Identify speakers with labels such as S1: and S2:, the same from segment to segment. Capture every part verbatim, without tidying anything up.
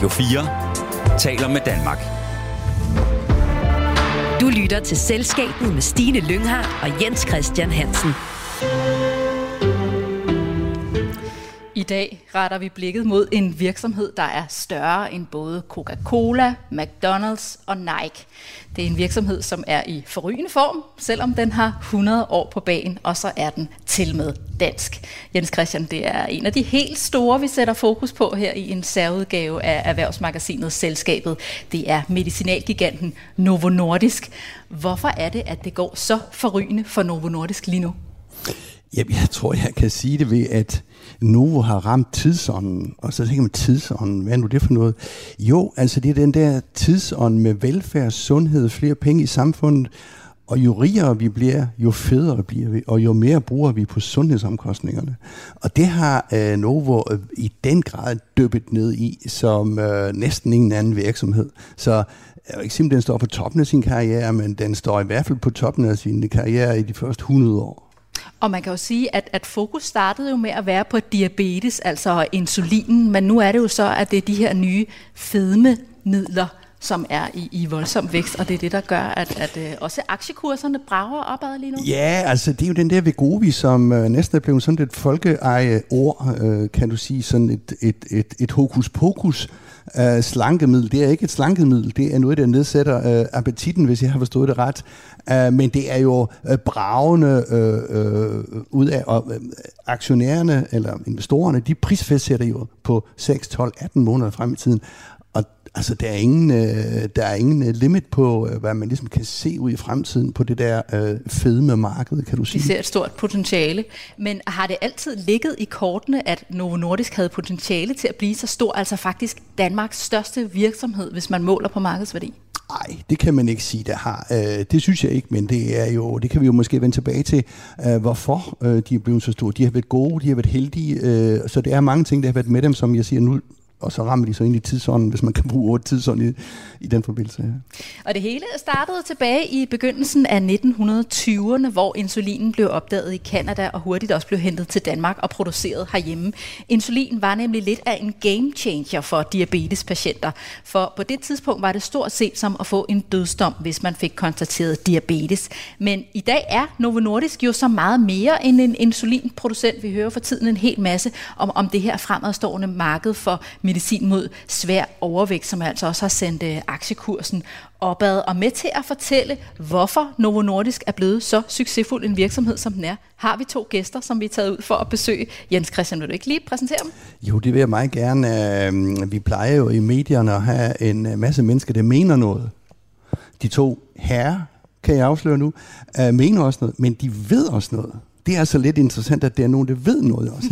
S1: Radio fire taler med Danmark.
S2: Du lytter til Selskabet med Stine Lynghardt og Jens Christian Hansen.
S3: I dag retter vi blikket mod en virksomhed, der er større end både Coca-Cola, McDonald's og Nike. Det er en virksomhed, som er i forrygende form, selvom den har hundrede år på bagen, og så er den til med dansk. Jens Christian, det er en af de helt store, vi sætter fokus på her i en særudgave af erhvervsmagasinet Selskabet. Det er medicinalgiganten Novo Nordisk. Hvorfor er det, at det går så forrygende for Novo Nordisk lige nu?
S4: Jamen, jeg tror, jeg kan sige det ved, at Novo har ramt tidsånden, og så tænker man tidsånden, hvad er nu det for noget? Jo, altså det er den der tidsånd med velfærd, sundhed, flere penge i samfundet, og jo rigere vi bliver, jo federe bliver vi, og jo mere bruger vi på sundhedsomkostningerne. Og det har øh, Novo øh, i den grad dyppet ned i, som øh, næsten ingen anden virksomhed. Så jeg vil ikke sige, at den står på toppen af sin karriere, men den står i hvert fald på toppen af sin karriere i de første hundrede år.
S3: Og man kan jo sige, at, at fokus startede jo med at være på diabetes, altså insulinen, men nu er det jo så, at det er de her nye fedmemidler, som er i, i voldsom vækst, og det er det, der gør, at, at øh, også aktiekurserne brager opad lige nu.
S4: Ja, altså det er jo den der Wegovy, som øh, næsten er blevet sådan et folkeeje ord, øh, kan du sige, sådan et, et, et, et hokus pokus øh, slankemiddel. Det er ikke et slankemiddel, det er noget, der nedsætter øh, appetitten, hvis jeg har forstået det ret. Uh, men det er jo uh, bragende uh, uh, ud af, og uh, aktionærerne eller investorerne, de prisfastsætter jo på seks, tolv, atten måneder frem i tiden. Og altså, der er ingen, uh, der er ingen limit på, uh, hvad man ligesom kan se ud i fremtiden på det der uh, fedme marked, kan du sige.
S3: Vi ser et stort potentiale, men har det altid ligget i kortene, at Novo Nordisk havde potentiale til at blive så stor, altså faktisk Danmarks største virksomhed, hvis man måler på markedsværdi?
S4: Nej, det kan man ikke sige, der har. Det synes jeg ikke, men det er jo, det kan vi jo måske vende tilbage til, hvorfor de er blevet så store. De har været gode, de har været heldige, så det er mange ting, der har været med dem, som jeg siger nu, og så rammer de så ind i tidsånden, hvis man kan bruge ordet tidsånd i, i den forbindelse. Ja.
S3: Og det hele startede tilbage i begyndelsen af nitten tyverne, hvor insulinen blev opdaget i Canada og hurtigt også blev hentet til Danmark og produceret herhjemme. Insulin var nemlig lidt af en game changer for diabetespatienter, for på det tidspunkt var det stort set som at få en dødsdom, hvis man fik konstateret diabetes. Men i dag er Novo Nordisk jo så meget mere end en insulinproducent. Vi hører for tiden en hel masse om, om det her fremadstående marked for medicin mod svær overvægt, som altså også har sendt øh, aktiekursen opad. Og med til at fortælle, hvorfor Novo Nordisk er blevet så succesfuld en virksomhed, som den er, har vi to gæster, som vi er taget ud for at besøge. Jens Christian, vil du ikke lige præsentere dem?
S4: Jo, det vil jeg meget gerne. Vi plejer jo i medierne at have en masse mennesker, der mener noget. De to herrer, kan jeg afsløre nu, mener også noget, men de ved også noget. Det er altså lidt interessant, at der er nogen, der ved noget også.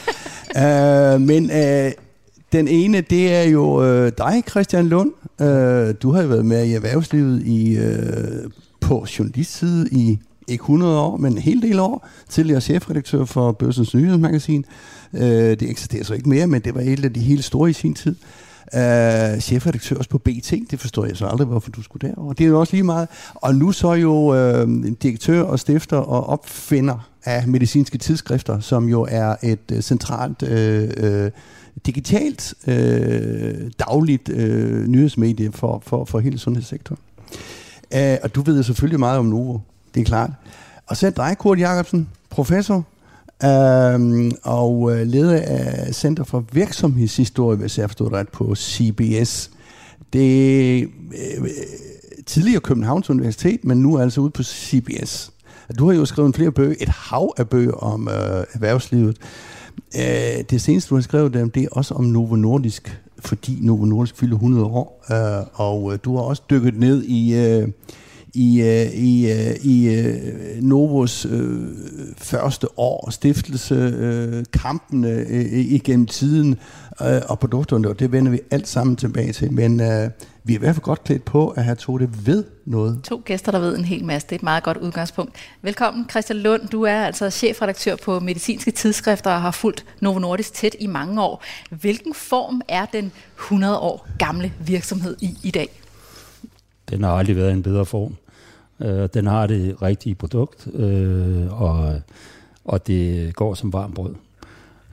S4: uh, men... Uh, Den ene, det er jo øh, dig, Christian Lund. Øh, du har jo været med i erhvervslivet i, øh, på journalistside i ikke hundrede år, men en hel del år. Tidligere chefredaktør for Børsens Nyhedsmagasin. Øh, det eksisterer så ikke mere, men det var et af de helt store i sin tid. Øh, chefredaktør også på B T, det forstår jeg så aldrig, hvorfor du skulle derover. Det er jo også lige meget. Og nu så jo øh, direktør og stifter og opfinder af medicinske tidsskrifter, som jo er et øh, centralt øh, øh, digitalt, øh, dagligt øh, nyhedsmedie for, for, for hele sundhedssektoren. Øh, og du ved selvfølgelig meget om Novo, det er klart. Og så er dig, Kurt Jacobsen, professor øh, og leder af Center for Virksomhedshistorie, hvis jeg forstår ret, på C B S. Det er øh, tidligere Københavns Universitet, men nu er altså ude på C B S. Du har jo skrevet flere bøger, et hav af bøger om øh, erhvervslivet. Øh, det seneste, du har skrevet dem, det er også om Novo Nordisk, fordi Novo Nordisk fylder hundrede år, øh, og øh, du har også dykket ned i, øh, i, øh, i, øh, i øh, Novos øh, første år, stiftelse, øh, kampene øh, igennem tiden, øh, og produkterne, og det vender vi alt sammen tilbage til, men øh, vi er i hvert fald godt klædt på, at have to det ved noget.
S3: To gæster, der ved en hel masse. Det er et meget godt udgangspunkt. Velkommen, Christian Lund. Du er altså chefredaktør på medicinske tidsskrifter og har fulgt Novo Nordisk tæt i mange år. Hvilken form er den hundrede år gamle virksomhed i i dag?
S5: Den har aldrig været en bedre form. Uh, den har det rigtige produkt, uh, og, og det går som varmt brød.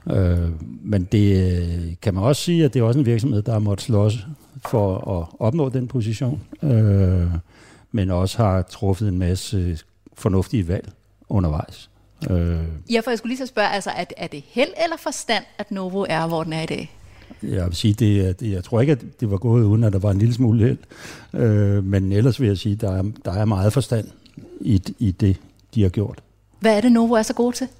S5: Øh, men det kan man også sige, at det er også en virksomhed, der har måttet slås for at opnå den position, øh, men også har truffet en masse fornuftige valg undervejs. Øh.
S3: Ja, for jeg skulle lige så spørge, altså, er, er det held eller forstand, at Novo er, hvor den er i dag?
S5: Jeg vil sige, det, det, jeg tror ikke, at det var gået uden, at der var en lille smule held. Øh, men ellers vil jeg sige, at der er, der er meget forstand i, i det, de har gjort.
S3: Hvad er det, Novo er så gode til?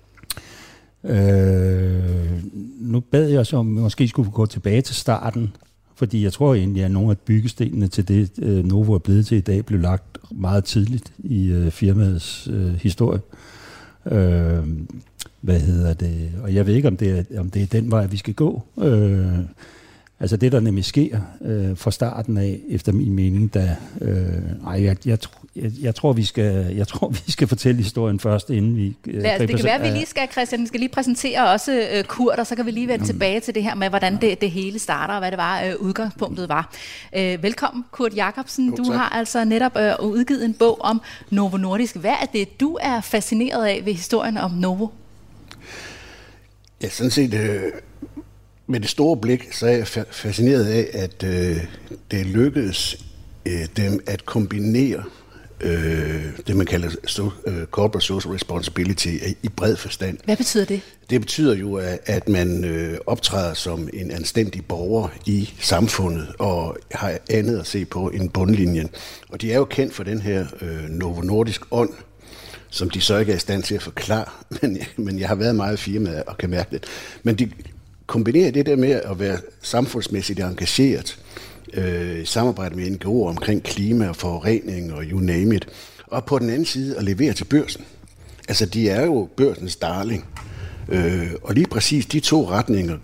S5: Øh, nu bad jeg så, om vi måske skulle gå tilbage til starten, fordi jeg tror egentlig, at nogle af byggestenene til det, øh, Novo er blevet til i dag, blev lagt meget tidligt i øh, firmaets øh, historie. Øh, hvad hedder det? Og jeg ved ikke, om det er, om det er den vej, vi skal gå. Øh, altså det, der nemlig sker øh, fra starten af, efter min mening, da, øh, ej, jeg, jeg, jeg, jeg, tror, vi skal, jeg tror, vi skal fortælle historien først, inden vi... Øh,
S3: Lad os, det kan være, at vi lige skal, Christian, vi skal lige præsentere også øh, Kurt, og så kan vi lige vende mm. tilbage til det her med, hvordan det, det hele starter, og hvad det var, øh, udgangspunktet var. Øh, velkommen, Kurt Jacobsen. Du har altså netop øh, udgivet en bog om Novo Nordisk. Hvad er det, du er fascineret af ved historien om Novo?
S6: Ja, sådan set... Øh Med det store blik, så er jeg fascineret af, at øh, det lykkedes øh, dem at kombinere øh, det, man kalder so, øh, corporate social responsibility i bred forstand.
S3: Hvad betyder det? Det
S6: betyder jo, at man øh, optræder som en anstændig borger i samfundet og har andet at se på end bundlinjen. Og de er jo kendt for den her øh, Novo Nordisk ånd, som de så ikke er i stand til at forklare, men, men jeg har været meget i firmaet og kan mærke det. Men de kombinerer det der med at være samfundsmæssigt engageret øh, i samarbejde med N G O'er omkring klima og forurening og you name it, og på den anden side at levere til børsen. Altså, de er jo børsens darling. Øh, og lige præcis de to retninger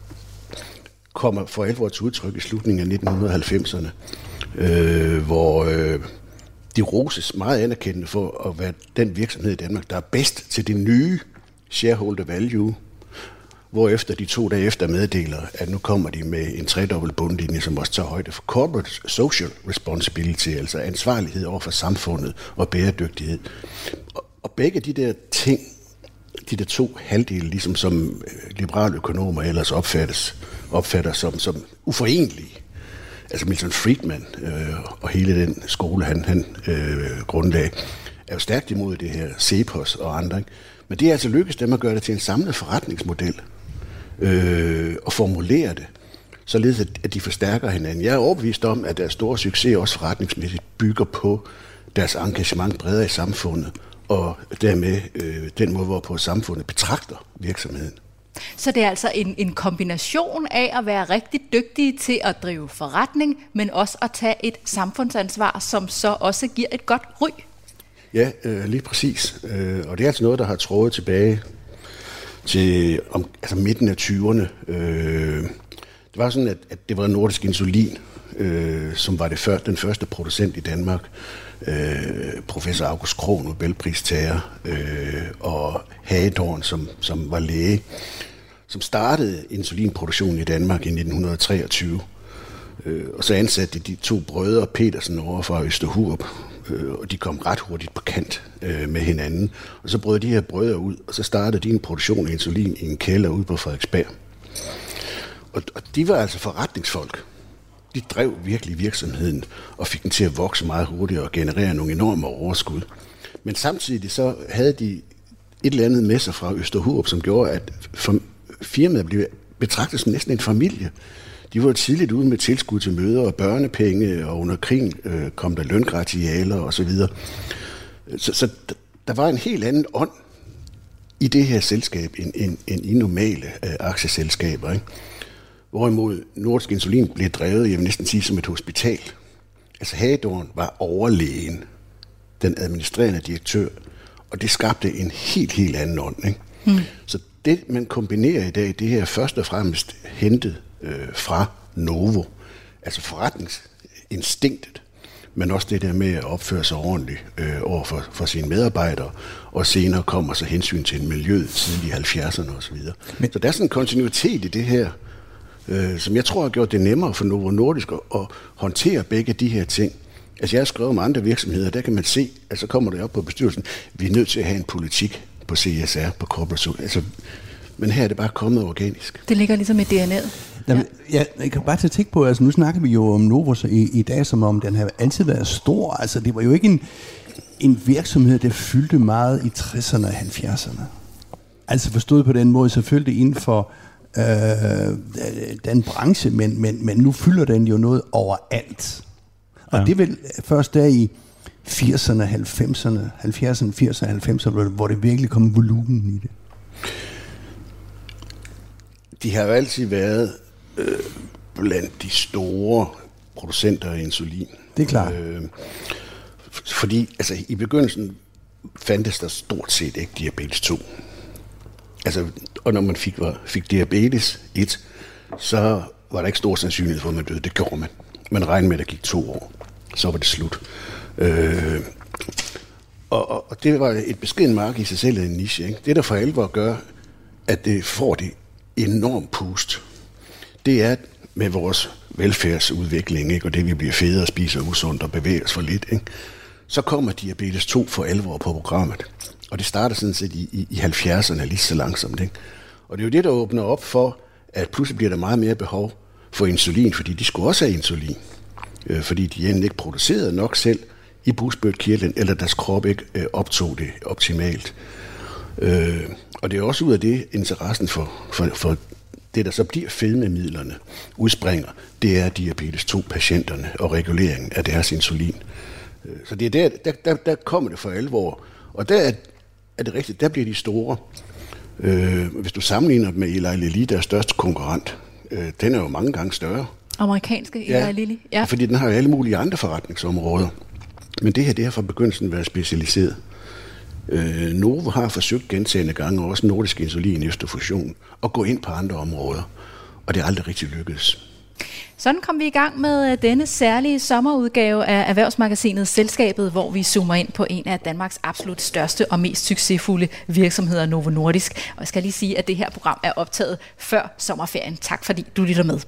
S6: kommer for alvor til udtryk i slutningen af nitten halvfemserne, øh, hvor øh, de roses meget anerkendende for at være den virksomhed i Danmark, der er bedst til det nye shareholder value, hvorefter de to dage efter meddeler, at nu kommer de med en tredobbelt bundlinje, som også tager højde for corporate social responsibility, altså ansvarlighed over for samfundet og bæredygtighed. Og begge de der ting, de der to halvdele, ligesom som liberale økonomer ellers opfattes, opfatter som, som uforenelige. Altså Milton Friedman øh, og hele den skole, han, han øh, grundlagde, er jo stærkt imod det her, Cepos og andre. Ikke? Men det er altså lykkedes dem at gøre det til en samlet forretningsmodel øh, og formulere det, således at de forstærker hinanden. Jeg er overbevist om, at deres store succes også forretningsmæssigt bygger på deres engagement bredere i samfundet, og dermed øh, den måde, hvorpå samfundet betragter virksomheden.
S3: Så det er altså en, en kombination af at være rigtig dygtige til at drive forretning, men også at tage et samfundsansvar, som så også giver et godt ry.
S6: Ja, øh, lige præcis. Øh, og det er altså noget, der har trådet tilbage til om, altså midten af tyverne. Øh, det var sådan, at, at det var Nordisk Insulin, øh, som var det før, den første producent i Danmark. Øh, professor August Krogh, Nobelpristager, øh, og Hagedorn, som, som var læge, som startede insulinproduktionen i Danmark i nitten treogtyve. Øh, og så ansatte de to brødre, Petersen over fra Østerhurup, øh, og de kom ret hurtigt på kant øh, med hinanden. Og så brød de her brødre ud, og så startede de en produktion af insulin i en kælder ude på Frederiksberg. Og, og de var altså forretningsfolk. De drev virkelig virksomheden og fik den til at vokse meget hurtigt og generere nogle enorme overskud. Men samtidig så havde de et eller andet med sig fra Østerhurup, som gjorde, at firmaet blev betragtet som næsten en familie. De var tidligt ude med tilskud til møder og børnepenge, og under krigen øh, kom der løngratialer og så videre. Så, så der var en helt anden ånd i det her selskab, end, end, end i normale øh, aktieselskaber, ikke? Hvorimod Nordisk Insulin blev drevet, jeg vil næsten sige, som et hospital. Altså Hagedorn var overlægen, den administrerende direktør, og det skabte en helt, helt anden ånd. Ikke? Mm. Så det, man kombinerer i dag, det her er først og fremmest hentet øh, fra Novo, altså forretningsinstinktet, men også det der med at opføre sig ordentligt øh, over for, for sine medarbejdere, og senere kommer så hensyn til miljøet tidlig i halvfjerdserne osv. Så der er sådan en kontinuitet i det her, Øh, som jeg tror har gjort det nemmere for Novo Nordisk at, at håndtere begge de her ting. Altså jeg har skrevet om andre virksomheder, der kan man se, at så kommer det op på bestyrelsen, vi er nødt til at have en politik på C S R, på corporate social. Altså Men her er det bare kommet organisk.
S3: Det ligger ligesom i D N A'et.
S4: Ja. Ja, jeg kan bare til at tænke på, altså nu snakker vi jo om Novo i, i dag, som om den har altid været stor. Altså det var jo ikke en, en virksomhed, der fyldte meget i tresserne og halvfjerdserne. Altså forstået på den måde, selvfølgelig inden for øh, den branche, men, men, men nu fylder den jo noget overalt. Og ja. Det er vel først der i firserne, halvfemserne, halvfjerdserne, firserne, halvfemserne, hvor det virkelig kom volumen i det.
S6: De har jo altid været øh, blandt de store producenter af insulin.
S4: Det er klart.
S6: Øh, fordi altså, i begyndelsen fandtes der stort set ikke diabetes to. Altså, og når man fik, var, fik diabetes et, så var der ikke stor sandsynlighed for, at man døde. Det gjorde man. Man regnede med, at der gik to år. Så var det slut. Øh, og, og, og det var et beskeden marked i sig selv en niche. Ikke? Det, der for alvor gør, at det får det enormt pust, det er med vores velfærdsudvikling, ikke? Og det, vi bliver federe, spiser usundt og bevæger os for lidt, ikke? Så kommer diabetes to for alvor på programmet. Og det starter sådan set i, i, i halvfjerdserne lige så langsomt. Ikke? Og det er jo det, der åbner op for, at pludselig bliver der meget mere behov for insulin, fordi de skulle også have insulin. Øh, fordi de egentlig ikke producerede nok selv i bugspytkirtlen, eller deres krop ikke øh, optog det optimalt. Øh, og det er også ud af det, interessen for, for, for det, der så bliver fedmemidlerne, udspringer, det er diabetes to patienterne og reguleringen af deres insulin. Så det er der, der, der, der kommer det for alvor. Og der er, er det rigtigt, der bliver de store. Øh, hvis du sammenligner med Eli Lilly, deres største konkurrent, øh, den er jo mange gange større.
S3: Amerikanske Eli
S6: ja,
S3: Lilly? Ja,
S6: fordi den har jo alle mulige andre forretningsområder. Men det her, det har fra begyndelsen været specialiseret. Øh, Novo har forsøgt gentagne gange, også Nordisk Insulin efter fusion, at gå ind på andre områder. Og det er aldrig rigtig lykkedes.
S3: Sådan kom vi i gang med denne særlige sommerudgave af Erhvervsmagasinet Selskabet, hvor vi zoomer ind på en af Danmarks absolut største og mest succesfulde virksomheder, Novo Nordisk. Og jeg skal lige sige, at det her program er optaget før sommerferien. Tak fordi du lytter med.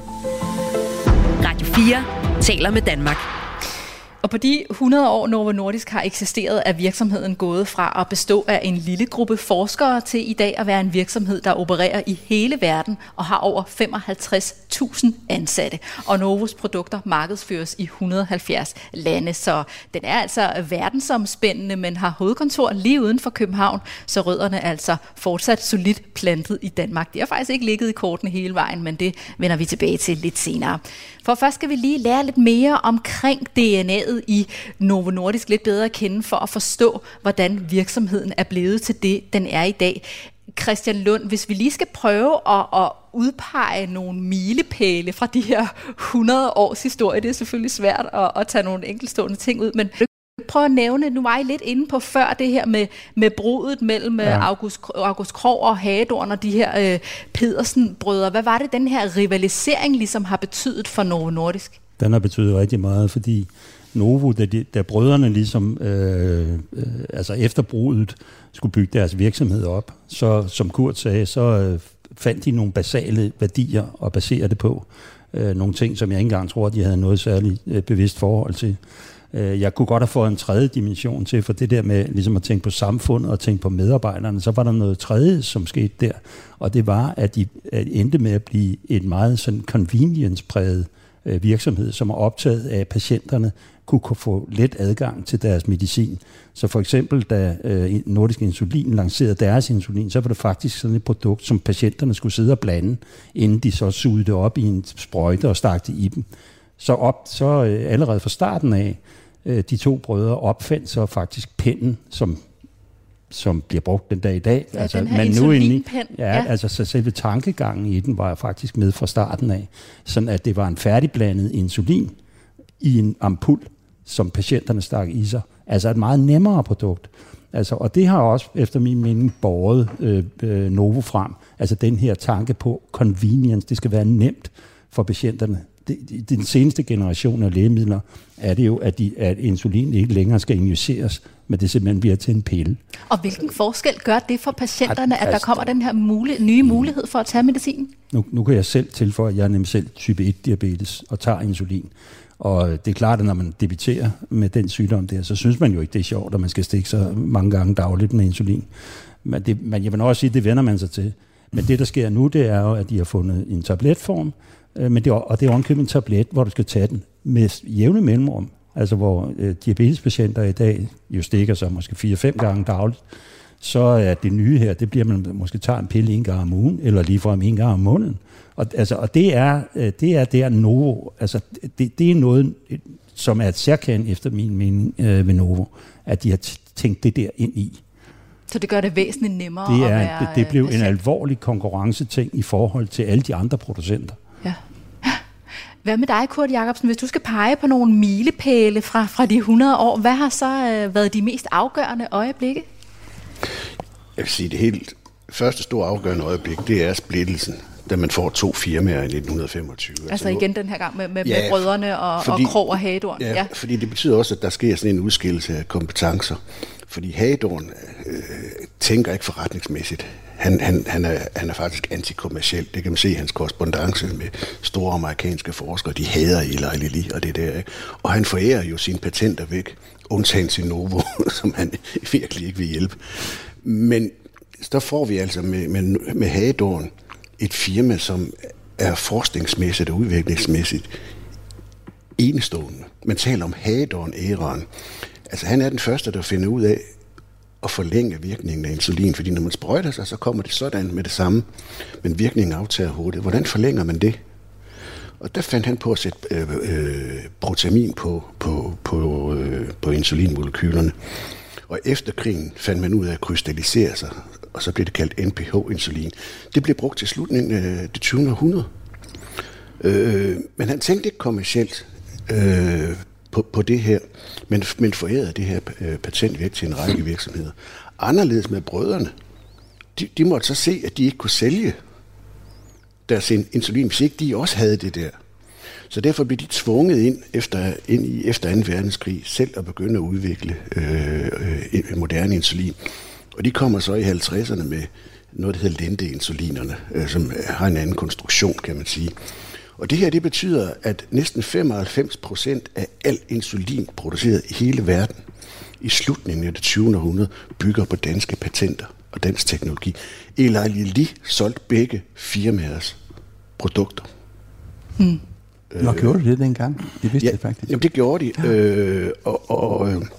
S2: Radio fire taler med Danmark.
S3: Og på de hundrede år Novo Nordisk har eksisteret, er virksomheden gået fra at bestå af en lille gruppe forskere til i dag at være en virksomhed, der opererer i hele verden og har over femoghalvtreds tusind ansatte. Og Novos produkter markedsføres i et hundrede og halvfjerds lande, så den er altså verdensomspændende, men har hovedkontor lige uden for København, så rødderne er altså fortsat solidt plantet i Danmark. Det har faktisk ikke ligget i kortene hele vejen, men det vender vi tilbage til lidt senere. For først skal vi lige lære lidt mere omkring D N A'et i Novo Nordisk lidt bedre at kende for at forstå, hvordan virksomheden er blevet til det, den er i dag. Christian Lund, hvis vi lige skal prøve at, at udpege nogle milepæle fra de her hundrede års historie, det er selvfølgelig svært at, at tage nogle enkeltstående ting ud, men prøv at nævne, nu var I lidt inde på før det her med, med brudet mellem ja. August, August Krogh og Hagedorn og de her øh, Pedersen-brødre. Hvad var det, den her rivalisering ligesom har betydet for Novo Nordisk?
S5: Den har betydet rigtig meget, fordi Novo, da, de, da brødrene ligesom, øh, øh, altså efter brudet, skulle bygge deres virksomhed op, så som Kurt sagde, så øh, fandt de nogle basale værdier at basere det på. Øh, nogle ting, som jeg ikke engang tror, de havde noget særligt øh, bevidst forhold til. Jeg kunne godt have fået en tredje dimension til, for det der med ligesom at tænke på samfundet og tænke på medarbejderne, så var der noget tredje, som skete der, og det var, at de endte med at blive et meget sådan convenience-præget virksomhed, som er optaget af, at patienterne kunne få let adgang til deres medicin. Så for eksempel, da Nordisk Insulin lancerede deres insulin, så var det faktisk sådan et produkt, som patienterne skulle sidde og blande, inden de så sugede det op i en sprøjte og stak det i dem. Så, op, så allerede fra starten af, de to brødre opfandt så faktisk pennen, som, som bliver brugt den dag i dag.
S3: Ja,
S5: altså,
S3: den her
S5: men
S3: insulinpen.
S5: Ja, ja, altså så selve tankegangen i den var faktisk med fra starten af, sådan at det var en færdigblandet insulin i en ampul, som patienterne stak i sig. Altså et meget nemmere produkt. Altså, og det har også, efter min mening, båret øh, øh, Novo frem. Altså den her tanke på convenience, det skal være nemt for patienterne. Den seneste generation af lægemidler er det jo, at, de, at insulin ikke længere skal injiceres, men det simpelthen bliver til en pille.
S3: Og hvilken forskel gør det for patienterne, at der kommer den her mulig, nye mulighed for at tage medicin?
S5: Nu, nu kan jeg selv tilføje, at jeg er nemlig selv type et diabetes og tager insulin. Og det er klart, at når man debuterer med den sygdom der, så synes man jo ikke, det er sjovt, at man skal stikke sig mange gange dagligt med insulin. Men, det, men jeg vil også sige, at det vender man sig til. Men det, der sker nu, det er jo, at de har fundet en tabletform, øh, men det er, og det er ovenkøbet en tablet, hvor du skal tage den med jævne mellemrum. Altså hvor øh, diabetespatienter i dag jo stikker sig måske fire fem gange dagligt, så er det nye her, det bliver, man måske tager en pille en gang om ugen, eller ligefrem en gang om måneden. Og, altså, og det er, det er der Novo, altså det, det er noget, som er et særkend efter min mening øh, ved Novo, at de har tænkt det der ind i.
S3: Så det gør det væsentligt nemmere
S5: det er,
S3: at være
S5: det, det blev
S3: patient.
S5: En alvorlig konkurrenceting i forhold til alle de andre producenter.
S3: Ja. Hvad med dig, Kurt Jacobsen? Hvis du skal pege på nogle milepæle fra, fra de hundrede år, hvad har så øh, været de mest afgørende øjeblikke?
S6: Jeg vil sige, det helt første store afgørende øjeblik, det er splittelsen, da man får to firmaer i nitten femogtyve.
S3: Altså, altså igen den her gang med, med,
S6: ja,
S3: med brødrene og, fordi, og Krog og Hagedorn.
S6: Ja, ja, fordi det betyder også, at der sker sådan en udskillelse af kompetencer. Fordi Hagedorn øh, tænker ikke forretningsmæssigt. Han, han, han, er, han er faktisk antikommerciel. Det kan man se i hans korrespondance med store amerikanske forskere. De hader Eli Lilly og det der. Ikke? Og han forærer jo sine patenter væk, undtagen til Novo, som han virkelig ikke vil hjælpe. Men så får vi altså med, med, med Hagedorn et firma, som er forskningsmæssigt og udviklingsmæssigt enestående. Man taler om Hagedorn-æraen. Altså han er den første, der finder ud af at forlænge virkningen af insulin, fordi når man sprøjter sig, så kommer det sådan med det samme, men virkningen aftager hurtigt. Hvordan forlænger man det? Og der fandt han på at sætte øh, øh, protamin på, på, på, øh, på insulinmolekylerne. Og efter krigen fandt man ud af at krystallisere sig, og så blev det kaldt N P H-insulin. Det blev brugt til slutningen af det tyvende århundrede. Øh, men han tænkte ikke kommercielt øh, på, på det her, men, men forærede det her øh, patent væk til en række virksomheder. Anderledes med brødrene. De, de måtte så se, at de ikke kunne sælge deres insulin, hvis ikke de også havde det der. Så derfor blev de tvunget ind efter, ind i, efter anden verdenskrig selv at begynde at udvikle øh, øh, moderne insulin. Og de kommer så i halvtredserne med noget, der hedder lenteinsulinerne, øh, som har en anden konstruktion, kan man sige. Og det her, det betyder, at næsten femoghalvfems procent af al insulin produceret i hele verden i slutningen af det tyvende århundrede bygger på danske patenter og dansk teknologi. Eli Lilly solgte begge firmaers produkter.
S3: Hmm.
S4: Nå, gjorde du det dengang? Det vidste
S6: ja,
S4: jeg faktisk.
S6: Jamen, det gjorde de. Ja. Øh, og og øh,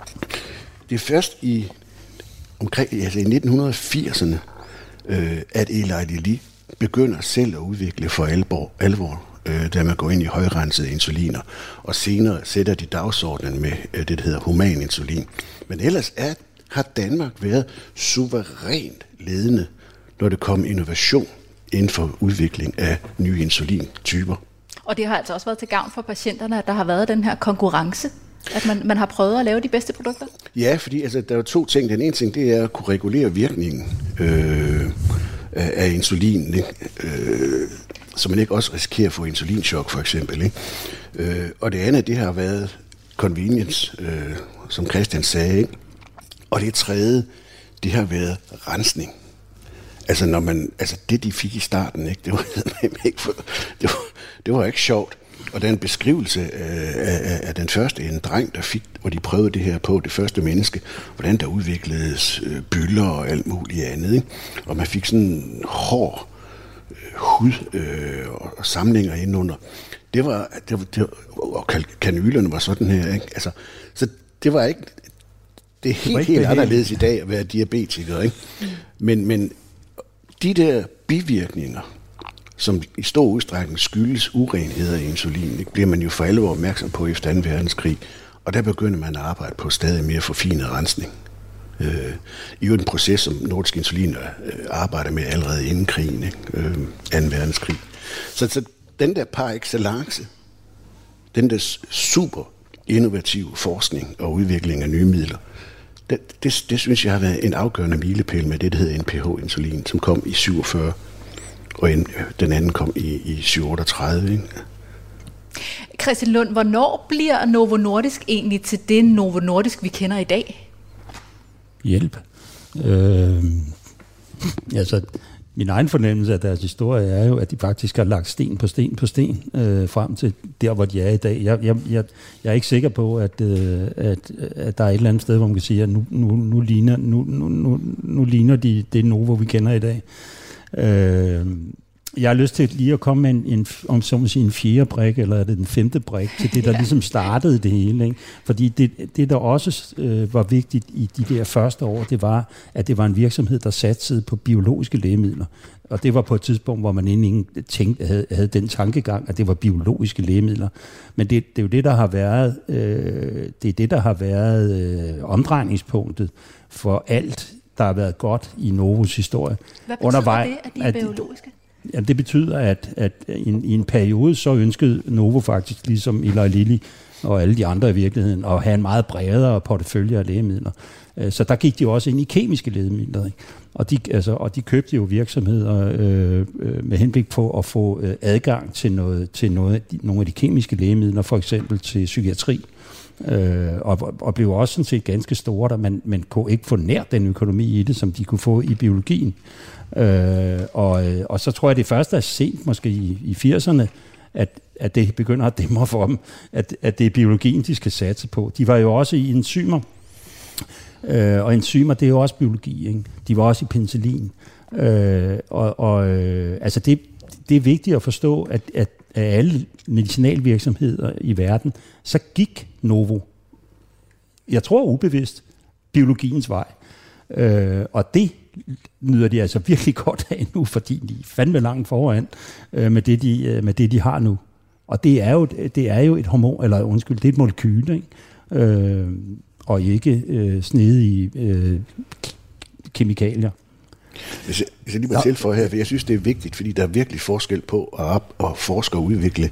S6: det er først i, omkring, altså i nitten firserne, øh, at Eli Lilly begynder selv at udvikle for alvor, alvor øh, da man går ind i højrensede insuliner. Og senere sætter de dagsordenen med øh, det, der hedder human insulin. Men ellers er, har Danmark været suverænt ledende, når det kommer innovation inden for udvikling af nye insulintyper.
S3: Og det har altså også været til gavn for patienterne, at der har været den her konkurrence, at man, man har prøvet at lave de bedste produkter?
S6: Ja, fordi altså, der er to ting. Den ene ting, det er at kunne regulere virkningen øh, af insulin, ikke? Øh, så man ikke også risikerer at få insulinchok, for eksempel. Ikke? Øh, og det andet, det har været convenience, øh, som Christian sagde. Ikke? Og det tredje, det har været rensning. Altså, når man, altså det, de fik i starten, ikke, det, var, ikke for, det, var, det var ikke sjovt. Og der er en beskrivelse af, af, af den første, en dreng, der fik, hvor de prøvede det her på, det første menneske, hvordan der udvikledes øh, bylder og alt muligt andet. Ikke? Og man fik sådan en hård øh, hud øh, og, og samlinger indenunder. Det var, det var, det var, og kanylerne var sådan her. Ikke? Altså, så det var ikke, det er helt, det helt anderledes i dag at være diabetiker. Ikke? Mm. Men, men de der bivirkninger, som i stor udstrækning skyldes urenheder i insulin, ikke, bliver man jo for alvor opmærksom på efter anden verdenskrig, og der begynder man at arbejde på stadig mere forfinet rensning. Øh, I jo en proces, som Nordisk Insulin øh, arbejder med allerede inden krigen, ikke, øh, anden verdenskrig. Så, så den der par excellence, den der super innovative forskning og udvikling af nye midler, det, det, det synes jeg har været en afgørende milepæl med det, der hedder N P H-insulin, som kom i syvogfyrre, og en, den anden kom i, i syv otteogtredive. Ikke?
S3: Christian Lund, hvornår bliver Novo Nordisk egentlig til det Novo Nordisk, vi kender i dag?
S5: Hjælp. Øh, altså, min egen fornemmelse af deres historie er jo, at de faktisk har lagt sten på sten på sten øh, frem til der, hvor de er i dag. Jeg, jeg, jeg, jeg er ikke sikker på, at, øh, at, at der er et eller andet sted, hvor man kan sige, at nu, nu, nu, ligner, nu, nu, nu, nu ligner de det Novo, vi kender i dag. Øh, jeg har lyst til lige at komme med en, en, om så må sige, en fjerde brik, eller er det den femte brik, til det, der ja. ligesom startede det hele. Ikke? Fordi det, det, der også øh, var vigtigt i de der første år, det var, at det var en virksomhed, der satsede på biologiske lægemidler. Og det var på et tidspunkt, hvor man ikke tænkte, havde, havde den tankegang, at det var biologiske lægemidler. Men det, det er jo det, der har været, øh, det er det, der har været øh, omdrejningspunktet for alt, der har været godt i Novos historie.
S3: Hvad betyder Undervej, det, at de er at, biologiske?
S5: Ja, det betyder, at, at i, en, i en periode, så ønskede Novo faktisk, ligesom Eli Lilly og alle de andre i virkeligheden, at have en meget bredere portefølje af lægemidler. Så der gik de også ind i kemiske lægemidler, ikke? Og, de, altså, og de købte jo virksomheder øh, med henblik på at få øh, adgang til, noget, til noget, nogle af de kemiske lægemidler, for eksempel til psykiatri. Øh, og, og blev også sådan set ganske store, der man, man kunne ikke få nær den økonomi i det, som de kunne få i biologien. Øh, og, og så tror jeg, det første er sent, måske i, i firserne, at, at det begynder at dæmre for dem, at, at det er biologien, de skal satse på. De var jo også i enzymer, øh, og enzymer, det er jo også biologi, ikke? De var også i penicillin. Øh, og og øh, altså det, det er vigtigt at forstå, at, at af alle medicinalvirksomheder i verden, så gik Novo, jeg tror ubevidst, biologiens vej. Øh, og det nyder de altså virkelig godt af nu, fordi de er fandme langt foran øh, med, det, de, med det, de har nu. Og det er jo, det er jo et hormon, eller undskyld, det er et molekyle, ikke? Øh, og ikke øh, snedige øh, kemikalier.
S6: Hvis jeg, hvis jeg lige må tilføje her, for jeg synes, det er vigtigt, fordi der er virkelig forskel på at, op, at forske og udvikle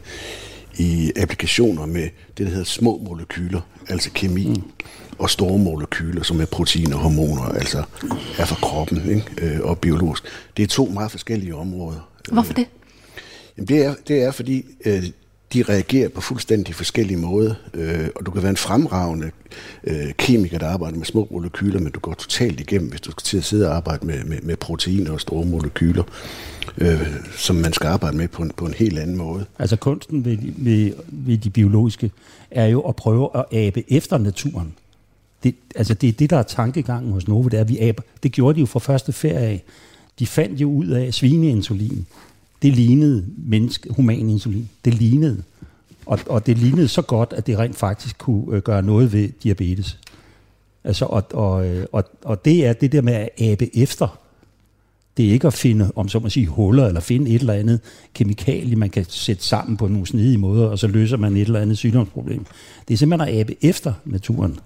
S6: i applikationer med det, der hedder små molekyler, altså kemi, mm. og store molekyler, som er proteiner og hormoner, altså er fra kroppen, ikke? Og biologisk. Det er to meget forskellige områder.
S3: Hvorfor det?
S6: Jamen det, er, det er, fordi øh, de reagerer på fuldstændig forskellige måder, øh, og du kan være en fremragende øh, kemiker, der arbejder med små molekyler, men du går totalt igennem, hvis du skal til at sidde og arbejde med, med, med proteiner og store molekyler, øh, som man skal arbejde med på en, på en helt anden måde.
S5: Altså kunsten ved, ved, ved de biologiske er jo at prøve at abe efter naturen. Det, altså det er det, der er tankegangen hos Novo, det er, vi aber. Det gjorde de jo fra første ferie af. De fandt jo ud af svineinsulin. Det lignede menneske, human insulin. Det lignede. Og, og det lignede så godt, at det rent faktisk kunne øh, gøre noget ved diabetes. Altså, og, og, og, og det er det der med at abe efter. Det er ikke at finde, om så man sige, huller, eller finde et eller andet kemikalie, man kan sætte sammen på nogle snedige måder, og så løser man et eller andet sygdomsproblem. Det er simpelthen at abe efter naturen.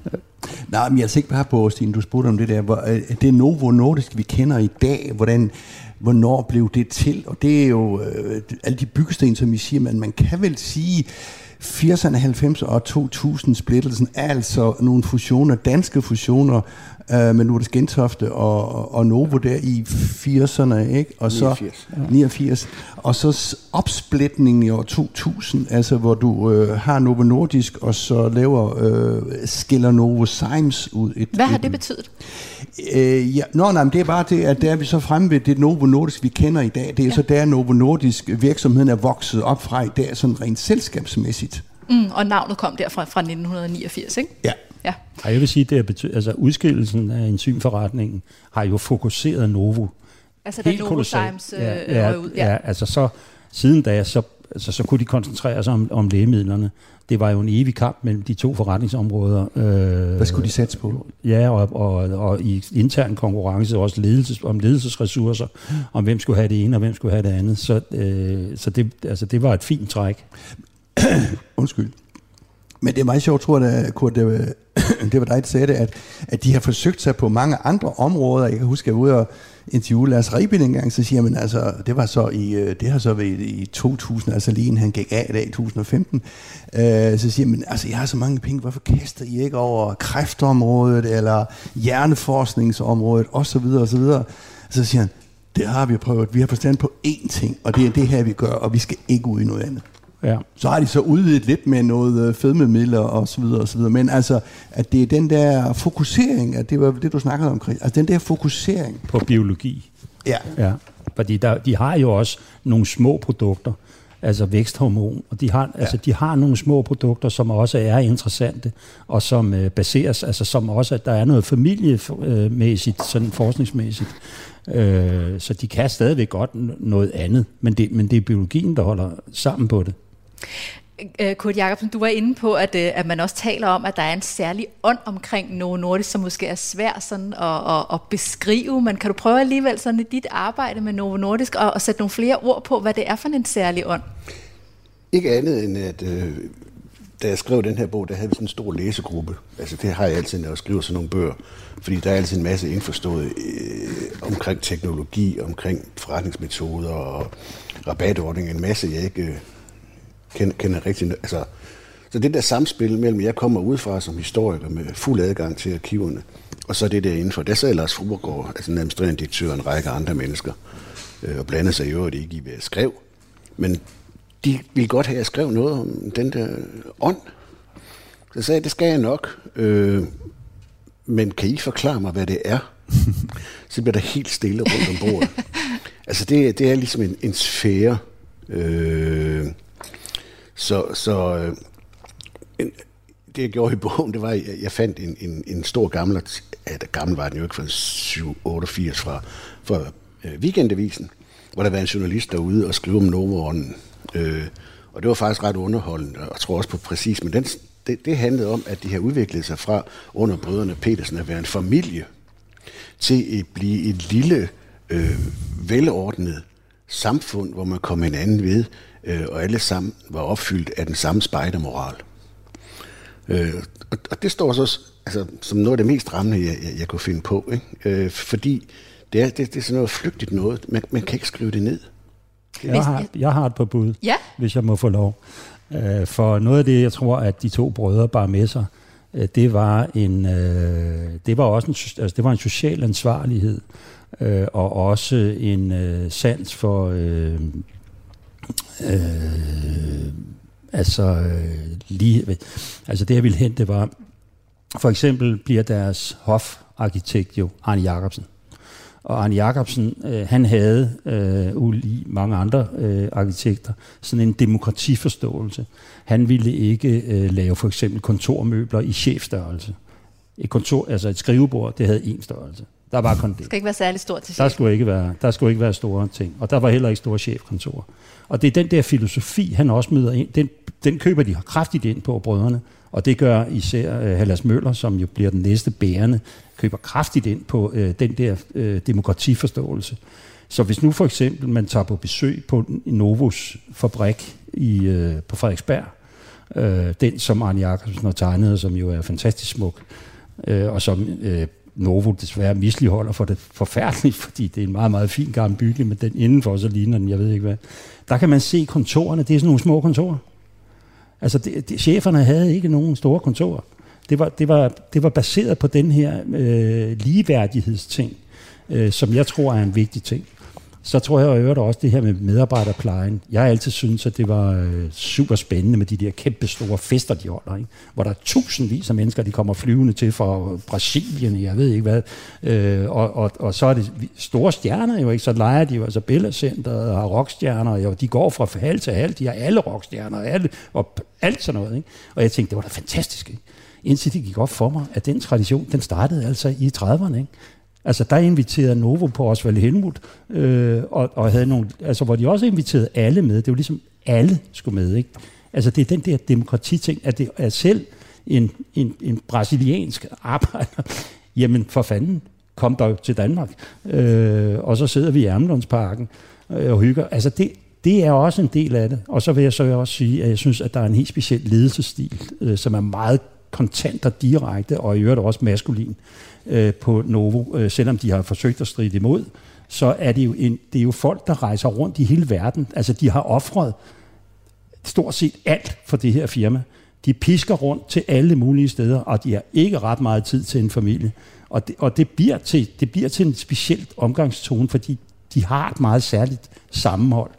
S4: Nej, men jeg tænker bare på, Stine, du spurgte om det der, hvor, det er Novo Nordisk, vi kender i dag, hvordan, hvornår blev det til, og det er jo øh, alle de byggesten, som I siger, men man kan vel sige, firserne, halvfemserne og to tusind splittelsen, altså nogle fusioner, danske fusioner, øh, med Nordisk Gentofte og, og Novo der i firserne, ikke? Og så
S6: niogfirs.
S4: Ja. niogfirs. Og så opsplitningen i år to tusind, altså hvor du øh, har Novo Nordisk, og så laver, øh, skiller Novozymes ud. Et,
S3: Hvad har
S4: et,
S3: det betydet?
S4: Øh, ja, nå, nej, men det er bare det, at der er vi så fremme ved det Novo Nordisk, vi kender i dag. Det er ja. så der Novo Nordisk virksomheden er vokset op fra i dag, sådan rent selskabsmæssigt.
S3: Mm, og navnet kom derfra fra nitten niogfirs, ikke?
S4: Ja.
S3: Ja.
S5: Og jeg vil sige, det betyder, altså udskillelsen af enzymforretningen har jo fokuseret Novo.
S3: Altså da Novozymes øh,
S5: ja, ja,
S3: ud. Ja.
S5: ja, altså så siden da, så, altså, så kunne de koncentrere sig om, om lægemidlerne. Det var jo en evig kamp mellem de to forretningsområder. Øh,
S4: Hvad skulle de satse på?
S5: Ja, og, og, og i intern konkurrence også ledelses, om ledelsesressourcer, om hvem skulle have det ene, og hvem skulle have det andet. Så, øh, så det, altså, det var et fint træk.
S4: Undskyld. Men det er meget sjovt, tror jeg, Kurt, det var, det var dig, der sagde det, at, at de har forsøgt sig på mange andre områder. Jeg kan huske, at jeg var ude og interviewe Lars Rebien engang, så siger man, altså, det var så i, det har så været i to tusind, altså lige inden han gik af i dag, to tusind og femten, øh, så siger man, altså, jeg har så mange penge, hvorfor kaster I ikke over kræftområdet, eller hjerneforskningsområdet, osv., osv. Så siger han, det har vi prøvet, vi har forstand på én ting, og det er det her, vi gør, og vi skal ikke ud i noget andet.
S5: Ja.
S4: Så har de så udvidet lidt med noget fedmemidler og så videre og så videre. Men altså, at det er den der fokusering, at det var det, du snakkede om, Chris. Altså den der fokusering.
S5: På biologi.
S4: Ja.
S5: Ja. Fordi der, de har jo også nogle små produkter. altså væksthormon, og de har, ja. altså, de har nogle små produkter, som også er interessante, og som øh, baseres, altså som også, der er noget familiemæssigt, sådan forskningsmæssigt, øh, så de kan stadigvæk godt noget andet, men det, men det er biologien, der holder sammen på det.
S3: Kurt Jacobsen, du var inde på, at, at man også taler om, at der er en særlig ånd omkring Novo Nordisk, som måske er svær sådan at, at, at beskrive, men kan du prøve alligevel sådan i dit arbejde med Novo Nordisk at, at sætte nogle flere ord på, hvad det er for en særlig ånd?
S6: Ikke andet end, at øh, da jeg skrev den her bog, der havde vi sådan en stor læsegruppe. Altså det har jeg altid, når jeg skriver sådan nogle bøger, fordi der er altid en masse indforstået øh, omkring teknologi, omkring forretningsmetoder og rabatordning, en masse jeg ikke... Øh, Kender, kender rigtig, altså, så det der samspil mellem, jeg kommer udefra som historiker med fuld adgang til arkiverne, og så det der indenfor, der sad Lars Fruergaard, altså den administrerende direktør og en række andre mennesker, øh, og blandede sig i øvrigt ikke i, hvad jeg skrev, men de ville godt have, at jeg skrev noget om den der ånd. Så jeg sagde, det skal jeg nok, øh, men kan I forklare mig, hvad det er? Så bliver der helt stille rundt om bordet. Altså det, det er ligesom en, en sfære, øh, Så, så øh, en, det jeg gjorde i bogen, det var, at jeg fandt en, en, en stor gammel, ja, gammel var den jo ikke fra syv otteogfirs fra, fra øh, Weekendavisen, hvor der var en journalist derude og skrev om Novo-ånden. Øh, og det var faktisk ret underholdende, og jeg tror også på præcis, men den, det, det handlede om, at de har udviklet sig fra under brødrene Petersen at være en familie, til at blive et lille, øh, velordnet samfund, hvor man kom hinanden ved, øh, og alle sammen var opfyldt af den samme spejdermoral. Øh, og, og det står så altså, som noget af det mest rammende, jeg, jeg, jeg kunne finde på, ikke? Øh, fordi det er, det, det er sådan noget flygtigt noget. Man, man kan ikke skrive det ned.
S5: Jeg har, jeg har et par bud,
S3: ja.
S5: hvis jeg må få lov. Øh, for noget af det, jeg tror, at de to brødre bar med sig, øh, det var en, øh, det var også en, altså, det var en social ansvarlighed, øh, og også en øh, sans for øh, øh, altså øh, lige, altså det jeg ville hen, det var for eksempel bliver deres hofarkitekt jo Arne Jacobsen. Og Arne Jacobsen, øh, han havde, øh, ulig mange andre øh, arkitekter, sådan en demokratiforståelse. Han ville ikke øh, lave for eksempel kontormøbler i chefstørrelse. Et kontor, altså et skrivebord, det havde én størrelse. Der var kun det.
S3: Det skal ikke være særlig stort til chef.
S5: Der skulle ikke være, der skulle ikke være store ting. Og der var heller ikke store chefkontorer. Og det er den der filosofi, han også møder ind. Den, den køber de kraftigt ind på, brødrene. Og det gør især øh, Hallas Møller, som jo bliver den næste bærende, køber kraftigt ind på øh, den der øh, demokratiforståelse. Så hvis nu for eksempel man tager på besøg på Novos fabrik i, øh, på Frederiksberg, øh, den som Arne Jacobsen har tegnet, som jo er fantastisk smuk, øh, og som øh, Novo desværre misligeholder for det forfærdeligt, fordi det er en meget, meget fin gammel bygning, men den indenfor så ligner den, jeg ved ikke hvad. Der kan man se kontorerne, det er sådan nogle små kontorer. Altså, det, det, cheferne havde ikke nogen store kontorer. Det var, det var, det var baseret på den her øh, ligeværdighedsting, øh, som jeg tror er en vigtig ting. Så tror jeg og øvrigt også det her med medarbejderplejen. Jeg har altid syntes, at det var øh, super spændende med de der kæmpe store fester, de holder, ikke? Hvor der er tusindvis af mennesker, de kommer flyvende til fra Brasilien, jeg ved ikke hvad. Øh, og, og, og så er det store stjerner jo, ikke? Så leger de jo, altså Bella Center har rockstjerner, og de går fra hal til hal, de har alle rockstjerner, alle, og alt sådan noget, ikke? Og jeg tænkte, det var da fantastisk, ikke? Indtil det gik op for mig, at den tradition, den startede altså i trediverne, ikke? Altså, der inviterede Novo på Osvald Helmuth, øh, og, og havde nogle, altså, hvor de også inviterede alle med. Det var ligesom, alle skulle med, ikke? Altså, det er den der demokratiting, at det er selv en, en, en brasiliansk arbejder. Jamen, for fanden, kom der til Danmark. Øh, og så sidder vi i Ermelundsparken øh, og hygger. Altså, det, det er også en del af det. Og så vil jeg så også sige, at jeg synes, at der er en helt speciel ledelsesstil, øh, som er meget kontant og direkte, og i øvrigt også maskulin øh, på Novo, øh, selvom de har forsøgt at stride imod, så er det jo, en, det er jo folk, der rejser rundt i hele verden. Altså, de har ofret stort set alt for det her firma. De pisker rundt til alle mulige steder, og de har ikke ret meget tid til en familie. Og det, og det, bliver, til, det bliver til en specielt omgangstone, fordi de har et meget særligt sammenhold.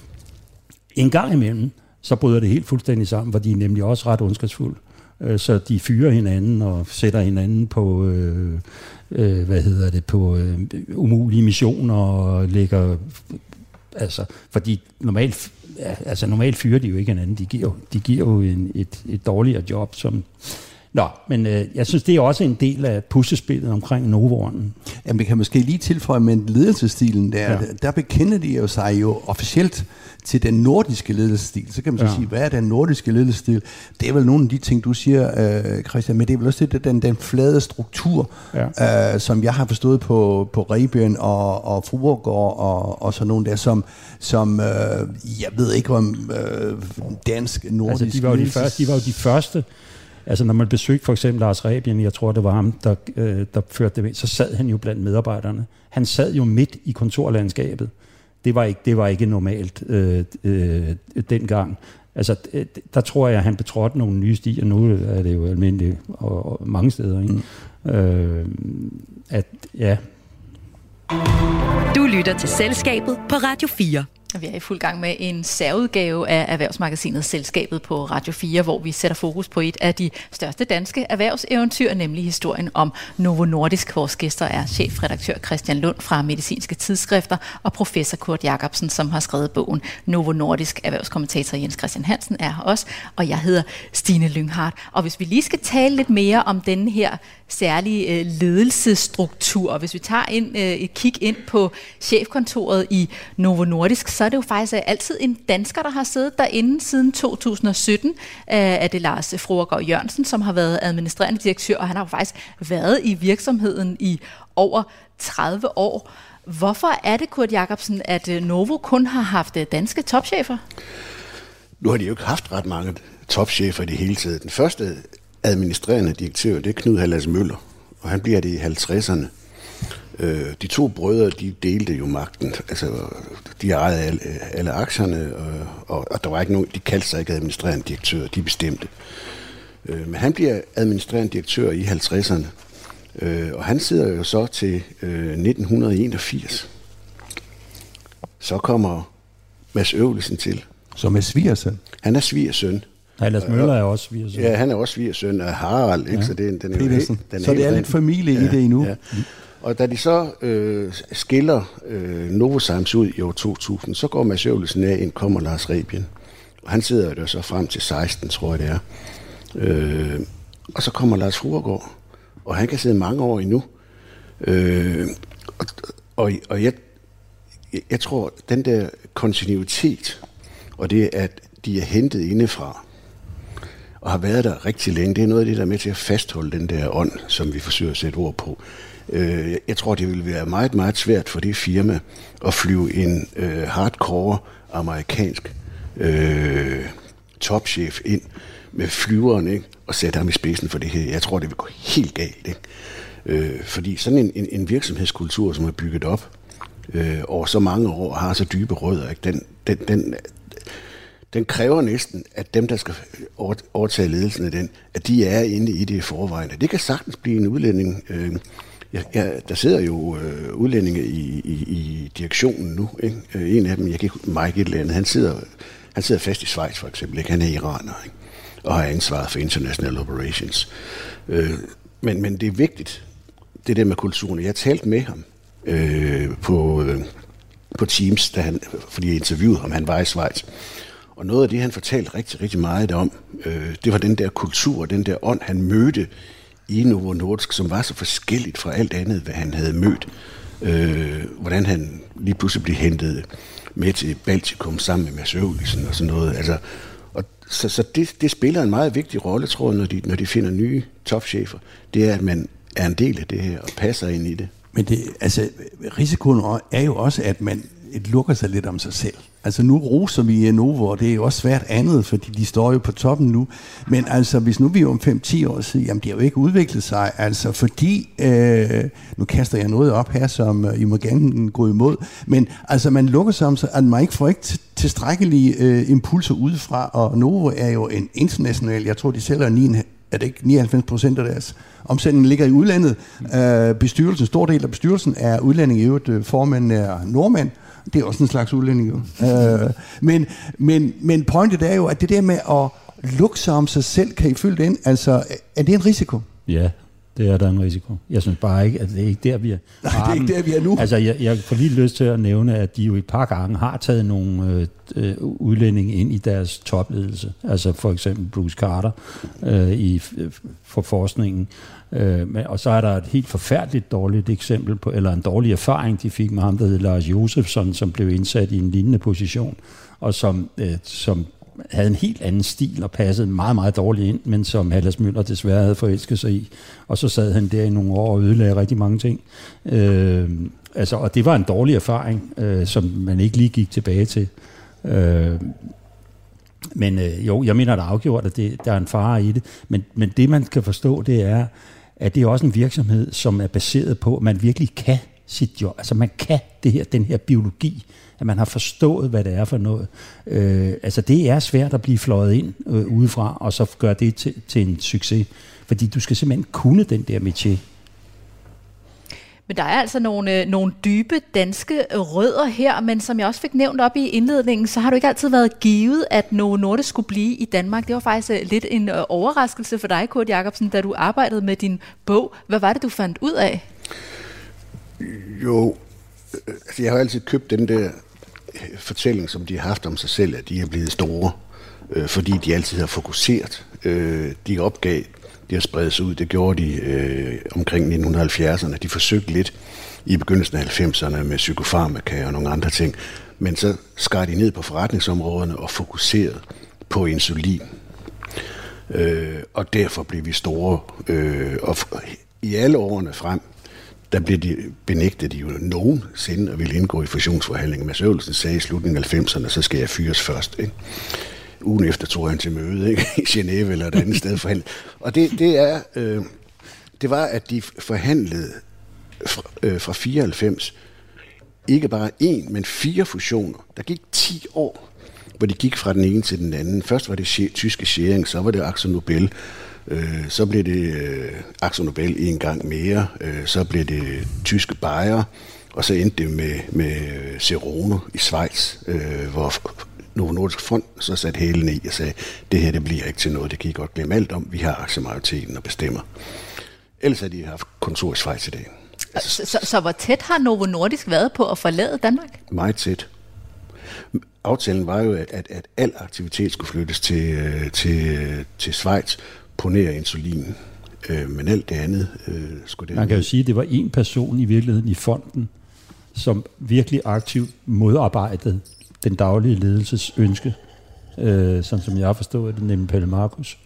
S5: En gang imellem, så bryder det helt fuldstændig sammen, hvor de er nemlig også ret ondskabsfulde. Så de fyrer hinanden og sætter hinanden på, øh, øh, hvad hedder det, på øh, umulige missioner og lægger Altså, fordi normalt, altså normalt fyrer de jo ikke hinanden. De giver, de giver jo en, et, et dårligere job, som... Nå, men øh, jeg synes, det er også en del af puslespillet omkring Novo'eren.
S4: Jamen, vi kan måske lige tilføje med ledelsesstilen der. Ja. Der bekender de jo sig jo officielt til den nordiske ledelsesstil. Så kan man så ja. sige, hvad er den nordiske ledelsesstil? Det er vel nogle af de ting, du siger, øh, Christian, men det er vel også det, den, den flade struktur, ja. øh, som jeg har forstået på, på Rebjørn og, og Fruergaard og, og sådan nogle der, som, som øh, jeg ved ikke om øh, dansk, nordisk
S5: altså, de var jo de første, de var jo de første. Altså når man besøgte for eksempel Lars Rebien, jeg tror det var ham, der, øh, der førte det med, så sad han jo blandt medarbejderne. Han sad jo midt i kontorlandskabet. Det var ikke, det var ikke normalt øh, øh, dengang. Altså der tror jeg, at han betrådte nogle nye stier. Nu er det jo almindeligt og, og mange steder. Ikke? Mm. Øh, at, ja.
S2: Du lytter til Selskabet på Radio fire.
S3: Vi er i fuld gang med en særudgave af erhvervsmagasinet Selskabet på Radio fire, hvor vi sætter fokus på et af de største danske erhvervseventyr, nemlig historien om Novo Nordisk. Vores gæster er chefredaktør Christian Lund fra Medicinske Tidsskrifter og professor Kurt Jacobsen, som har skrevet bogen Novo Nordisk. Erhvervskommentator Jens Christian Hansen er her også, og jeg hedder Stine Lynghardt. Og hvis vi lige skal tale lidt mere om denne her særlige øh, ledelsesstruktur, og hvis vi tager ind, øh, et kig ind på chefkontoret i Novo Nordisk, så er det jo faktisk altid en dansker, der har siddet derinde siden to tusind og sytten. Øh, er det Lars Fruergaard Jørgensen, som har været administrerende direktør, og han har jo faktisk været i virksomheden i over tredive år. Hvorfor er det, Kurt Jacobsen, at Novo kun har haft danske topchefer?
S6: Nu har de jo ikke haft ret mange topchefer i det hele taget. Den første administrerende direktør, det er Knud Hallas Møller, og han bliver det i halvtredserne. De to brødre, de delte jo magten. Altså, de ejede alle, alle aktierne, og, og der var ikke nogen, de kaldte sig ikke administrerende direktør, de bestemte. Men han bliver administrerende direktør i halvtredserne, og han sidder jo så til nitten enogfirs. Så kommer Mads Øvlesen til.
S4: Som er svigersøn?
S6: Han er svigersøn.
S5: Nej, Lars Møller er også svigersøn.
S6: Ja, han er også svigersøn af Harald, ikke? Ja. Så det, den er jo helt, den
S4: så det er lidt familie ja, i det endnu. Ja.
S6: Og da de så øh, skiller øh, Novozymes ud i år to tusind, så går Mads Øvlesen af, ind kommer Lars Rebien. Og han sidder jo så frem til seksten, tror jeg det er. Øh, og så kommer Lars Fruergaard, og han kan sidde mange år endnu. Øh, og og, og jeg, jeg tror, den der kontinuitet, og det at de er hentet indefra, og har været der rigtig længe, det er noget af det, der er med til at fastholde den der ånd, som vi forsøger at sætte ord på. Øh, jeg tror, det vil være meget, meget svært for det firma at flyve en øh, hardcore amerikansk øh, topchef ind med flyveren, ikke? Og sætte ham i spidsen for det her. Jeg tror, det vil gå helt galt. Ikke? Øh, fordi sådan en, en, en virksomhedskultur, som er bygget op øh, over så mange år og har så dybe rødder, ikke? Den, den, den, den kræver næsten, at dem, der skal overtage ledelsen af den, at de er inde i det i forvejen. Det kan sagtens blive en udlænding. Øh, ja, ja, der sidder jo øh, udlændinge i, i, i direktionen nu. Ikke? En af dem, jeg kan ikke Mike et eller andet, han sidder, han sidder fast i Schweiz for eksempel. Ikke? Han er iraner, ikke? Og har ansvaret for international operations. Øh, men, men det er vigtigt, det der med kulturen. Jeg har talt med ham øh, på, øh, på Teams, da han, fordi jeg interviewede ham, han var i Schweiz. Og noget af det, han fortalte rigtig, rigtig meget om, øh, det var den der kultur, den der ånd, han mødte i Novo Nordisk, som var så forskelligt fra alt andet, hvad han havde mødt. Øh, hvordan han lige pludselig blev hentet med til Baltikum sammen med Mads Øvlesen og sådan noget. Altså, og så så det, det spiller en meget vigtig rolle, tror jeg, når de, når de finder nye topchefer. Det er, at man er en del af det her og passer ind i det.
S4: Men det, altså, risikoen er jo også, at man lukker sig lidt om sig selv. Altså nu roser vi Novo, og det er jo også svært andet, fordi de står jo på toppen nu. Men altså, hvis nu vi er om fem til ti år siden, jamen de har jo ikke udviklet sig, altså fordi, øh, nu kaster jeg noget op her, som øh, I må gerne gå imod, men altså man lukker sig om sig, at man ikke får ikke tilstrækkelige øh, impulser udefra, og Novo er jo en international, jeg tror de sælger ni, er det ikke nioghalvfems procent af deres omsætning ligger i udlandet. Øh, bestyrelsen, stor del af bestyrelsen er udlænding, i øvrigt formanden er nordmand. Det er også en slags udlænding jo. øh, men, men, men pointet er jo, at det der med at lukke sig om sig selv, kan I følge den? Altså, er det en risiko?
S5: Ja, Det er der en risiko. Jeg synes bare ikke, at det er ikke der, vi er.
S4: Nej, det er ikke der, vi er nu.
S5: Altså, jeg, jeg får lige lyst til at nævne, at de jo et par gange har taget nogle øh, udlændinge ind i deres topledelse. Altså for eksempel Bruce Carter øh, i, for forskningen. Øh, og så er der et helt forfærdeligt dårligt eksempel på, eller en dårlig erfaring, de fik med ham, der hed Lars Josefsson, som blev indsat i en lignende position, og som, øh, som havde en helt anden stil og passede meget, meget dårligt ind, men som Hallas Møller desværre havde forelsket sig i. Og så sad han der i nogle år og ødelagde rigtig mange ting. Øh, altså, og det var en dårlig erfaring, øh, som man ikke lige gik tilbage til. Øh, men øh, jo, jeg mener, der er afgjort, at det, der er en fare i det. Men, men det, man kan forstå, det er, at det er også en virksomhed, som er baseret på, at man virkelig kan sit job. Altså, man kan det her, den her biologi, at man har forstået, hvad det er for noget. Øh, altså, det er svært at blive fløjet ind øh, udefra, og så gøre det til, til en succes. Fordi du skal simpelthen kunne den der métier.
S3: Men der er altså nogle, nogle dybe danske rødder her, men som jeg også fik nævnt op i indledningen, så har du ikke altid været givet, at Novo Nordisk skulle blive i Danmark. Det var faktisk lidt en overraskelse for dig, Kurt Jacobsen, da du arbejdede med din bog. Hvad var det, du fandt ud af?
S6: Jo, altså jeg har altid købt den der fortælling, som de har haft om sig selv, at de er blevet store, øh, fordi de altid har fokuseret. Øh, de opgav, de har spredt sig ud, det gjorde de øh, omkring nitten halvfjerdserne. De forsøgte lidt i begyndelsen af halvfemserne med psykofarmaka og nogle andre ting, men så skar de ned på forretningsområderne og fokuserede på insulin. Øh, og derfor blev vi store, øh, og i alle årene frem, der blev de benægtet de jo nogensinde at ville indgå i fusionsforhandlinger. Mads Øvelsen sagde i slutningen af halvfemserne, så skal jeg fyres først. Ikke? Ugen efter tog han til møde ikke? I Genève eller et andet sted forhandlet. Og det, det, er, øh, det var, at de forhandlede fra, øh, fra fireoghalvfems ikke bare én, men fire fusioner. Der gik ti år, hvor de gik fra den ene til den anden. Først var det tyske Schering, så var det Akzo Nobel. Øh, så blev det øh, Akzo Nobel en gang mere, øh, så blev det tyske Bayer, og så endte det med, med Serono i Schweiz, øh, hvor Novo Nordisk Fond så satte hælene i og sagde, det her det bliver ikke til noget, det kan I godt glemme alt om, vi har aktiemajoriteten og bestemmer. Ellers har de haft kontor i Schweiz i dag.
S3: Altså, så, så, så hvor tæt har Novo Nordisk været på at forlade Danmark?
S6: Meget tæt. Aftalen var jo, at, at, at al aktivitet skulle flyttes til, til, til Schweiz på nær insulinen. Øh, men alt det andet øh, skulle det...
S5: Man kan jo sige, at det var en person i virkeligheden i fonden, som virkelig aktivt modarbejdede den daglige ledelses ønske, øh, sådan som jeg har forstået det, nemlig Pelle Markus,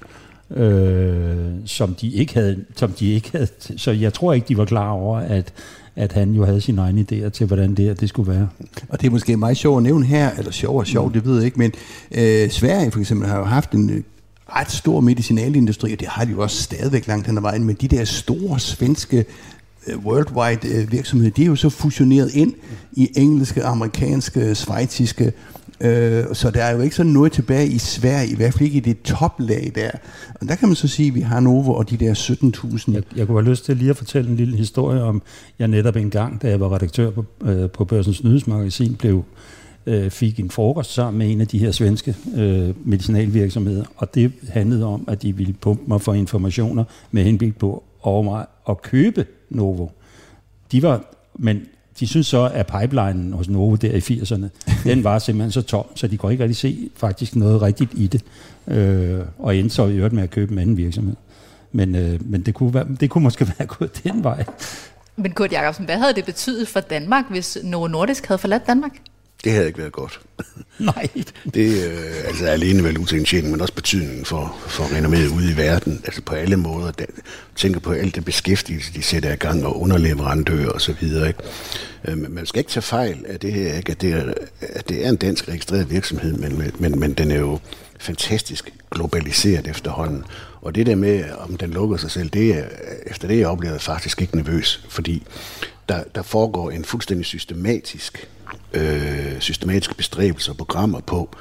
S5: øh, som de ikke havde, som de ikke havde, så jeg tror ikke, de var klar over, at at han jo havde sine egne idéer til, hvordan det her det skulle være.
S4: Og det er måske meget sjovt at nævne her, eller sjov og sjov, det ved jeg ikke, men øh, Sverige for eksempel har jo haft en øh, ret stor medicinalindustri, og det har de jo også stadigvæk langt hen ad vejen, men de der store svenske øh, worldwide øh, virksomheder, de er jo så fusioneret ind i engelske, amerikanske, schweiziske, øh, så der er jo ikke sådan noget tilbage i Sverige, i hvert fald ikke i det toplag der. Og der kan man så sige, at vi har Novo og de der sytten tusind.
S5: Jeg, jeg kunne have lyst til lige at fortælle en lille historie om, jeg netop en gang, da jeg var redaktør på, øh, på Børsens Nyhedsmagasin, blev øh, fik en frokost sammen med en af de her svenske øh, medicinalvirksomheder, og det handlede om, at de ville pumpe mig for informationer med henblik på over mig at købe Novo. De var, men de synes så, at pipelinen hos Novo der i firserne, den var simpelthen så tom, så de kunne ikke rigtig se faktisk noget rigtigt i det, øh, og endte så i øvrigt med at købe en anden virksomhed. Men, øh, men det, kunne være, det kunne måske være gået den vej.
S3: Men Kurt Jacobsen, hvad havde det betydet for Danmark, hvis Novo Nordisk havde forladt Danmark?
S6: Det havde ikke været godt.
S5: Nej.
S6: Det er øh, altså alene valutaindtjening, men også betydningen for, for renomméet ude i verden, altså på alle måder. Der, tænker på alt det beskæftigelse, de sætter i gang, og underleverandører og så videre. Ikke? Øh, man skal ikke tage fejl af det her, ikke? At, det er, at det er en dansk registreret virksomhed, men, men, men den er jo fantastisk globaliseret efterhånden. Og det der med, om den lukker sig selv, det er, efter det jeg oplevede, faktisk ikke nervøs, fordi der, der foregår en fuldstændig systematisk Øh, systematiske bestræbelser og programmer på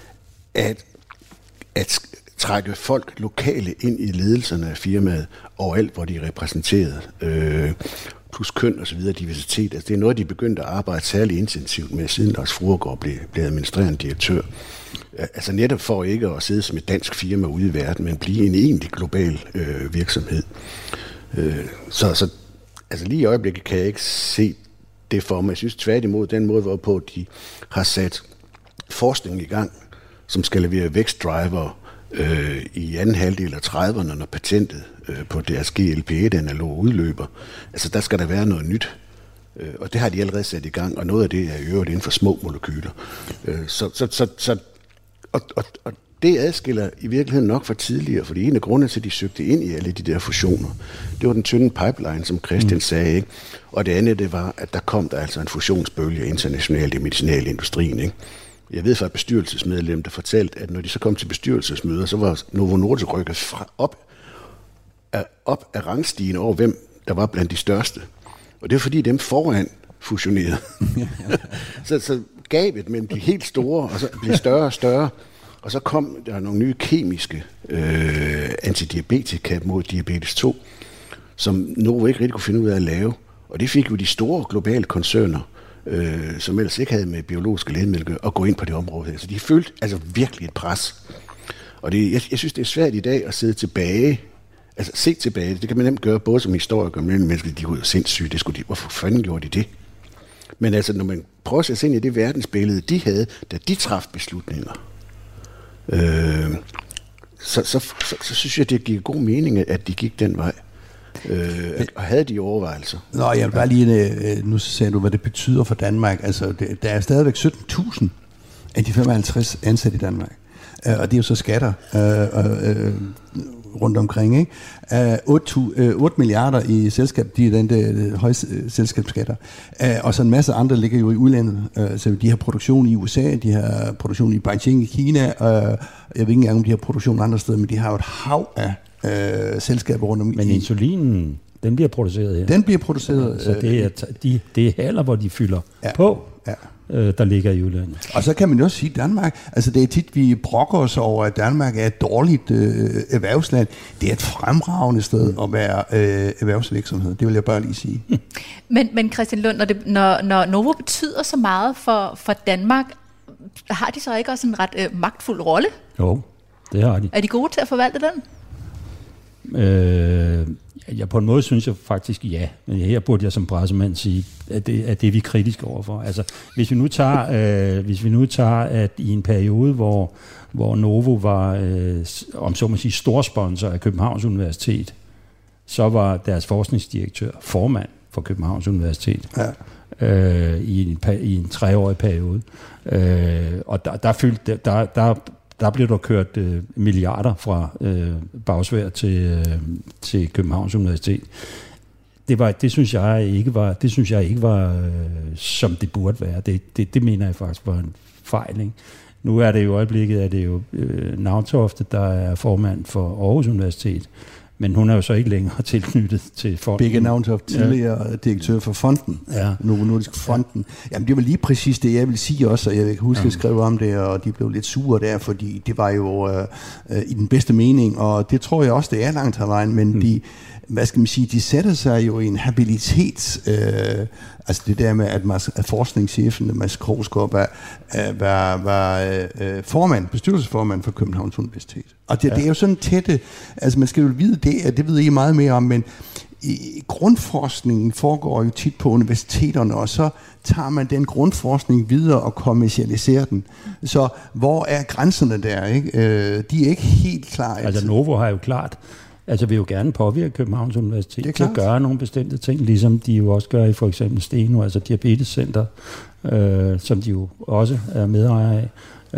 S6: at, at trække folk lokale ind i ledelserne af firmaet overalt, hvor de er repræsenteret. Øh, plus køn og så videre, diversitet. Altså, det er noget, de begyndte at arbejde særlig intensivt med, siden Lars Fruergaard blev, blev administrerende direktør. Altså netop for ikke at sidde som et dansk firma ude i verden, men blive en egentlig global øh, virksomhed. Øh, så, så altså lige i øjeblikket kan jeg ikke se det for mig. Jeg synes tværtimod, den måde, hvorpå de har sat forskning i gang, som skal levere vækstdriver øh, i anden halvdel af trediverne, når patentet øh, på deres G L P et analog udløber. Altså der skal der være noget nyt. Øh, og det har de allerede sat i gang, og noget af det er i øvrigt inden for små molekyler. Øh, så, så, så, så, og, og, og det adskiller i virkeligheden nok for tidligere, fordi en af grundene til, at de søgte ind i alle de der fusioner, det var den tynde pipeline, som Christian mm. sagde, ikke? Og det andet, det var, at der kom der altså en fusionsbølge internationalt i medicinalindustrien, ikke? Jeg ved fra et bestyrelsesmedlem, der fortalte, at når de så kom til bestyrelsesmøder, så var Novo Nordisk rykket fra op, af, op af rangstigen over, hvem der var blandt de største. Og det er fordi dem foran fusionerede. så, så gabet mellem de helt store, og så blev større og større. Og så kom der nogle nye kemiske øh, antidiabetika mod diabetes to, som Novo ikke rigtig kunne finde ud af at lave. Og det fik jo de store globale koncerner, øh, som ellers ikke havde med biologiske lægemidler at gå ind på det område. Så de følte altså virkelig et pres. Og det, jeg, jeg synes, det er svært i dag at sidde tilbage, altså se tilbage. Det kan man nemt gøre, både som historiker, men mennesker, de var sindssyge. Det skulle de, hvorfor fanden gjorde de det? Men altså, når man prøver at sætte sig ind i det verdensbillede, de havde, da de traf beslutninger, Øh, så, så, så, så synes jeg, det giver god mening, at de gik den vej. Øh, og havde de overvejelser.
S4: Nå, jeg vil bare lige, nu sagde du, hvad det betyder for Danmark. Altså, det, der er stadigvæk sytten tusind af de femoghalvtreds ansatte i Danmark. Uh, og det er jo så skatter uh, uh, rundt omkring, ikke? Uh, otte milliarder i selskab, de er den der høje selskabsskatter. Uh, og så en masse andre ligger jo i udlandet. Uh, så de har produktion i U S A, de har produktion i Beijing i Kina, og uh, jeg ved ikke engang, om de har produktion andre steder, men de har jo et hav af uh, selskaber rundt omkring.
S5: Men insulinen, den bliver produceret her.
S4: Den bliver produceret.
S5: Så det er, de, det er haller, hvor de fylder ja. på. Ja. Der ligger i udlandet.
S4: Og så kan man jo også sige Danmark, altså det er tit, vi brokker os over, at Danmark er et dårligt øh, erhvervsland. Det er et fremragende sted at være øh, erhvervsvirksomhed, det vil jeg bare lige sige.
S3: Men, men Christian Lund, når, det, når, når Novo betyder så meget for, for Danmark, har de så ikke også en ret øh, magtfuld rolle?
S5: Jo, det har de.
S3: Er de gode til at forvalte den?
S5: Øh, ja, på en måde synes jeg faktisk ja, men her burde jeg som pressemand sige, at det, at det er vi kritiske overfor. Altså, hvis vi nu tager, øh, hvis vi nu tager, at i en periode, hvor, hvor Novo var, øh, om så må sige, storsponsor af Københavns Universitet, så var deres forskningsdirektør formand for Københavns Universitet. Ja. Øh, i, en, i en treårig periode. Øh, og der, der, fyldte, der, der Der blev der kørt øh, milliarder fra øh, Bagsværd til, øh, til Københavns Universitet. Det var, det synes jeg ikke var, det synes jeg ikke var, øh, som det burde være. Det, det, det mener jeg faktisk var en fejl. Ikke? Nu er det jo i øjeblikket, at det jo øh, Navtofte, der er formand for Aarhus Universitet. Men hun er jo så ikke længere tilknyttet til fonden.
S4: Birgit Navntoft, tidligere ja. direktør for fonden, ja. Novo Nordisk Fonden. Ja. Jamen det var lige præcis det, jeg vil sige også, og jeg kan huske, at jeg skrev om det, og de blev lidt sure der, fordi det var jo øh, øh, i den bedste mening, og det tror jeg også, det er langt af vejen, men mm. de, hvad skal man sige, de sætter sig jo i en habilitets, øh, altså det der med, at, Mas, at forskningschefen, Mads Krogsgaard, var, øh, var, var øh, formand, bestyrelsesformand for Københavns Universitet. Og det, ja. det er jo sådan tætte, altså man skal jo vide det, at det ved I meget mere om, men i, grundforskningen foregår jo tit på universiteterne, og så tager man den grundforskning videre og kommercialiserer den. Så hvor er grænserne der, ikke? Øh, de er ikke helt klare.
S5: Altså Novo har jo klart, altså vil jo gerne påvirke Københavns Universitet til at gøre nogle bestemte ting, ligesom de jo også gør i for eksempel Steno, altså Diabetescenter, øh, som de jo også er medejer af.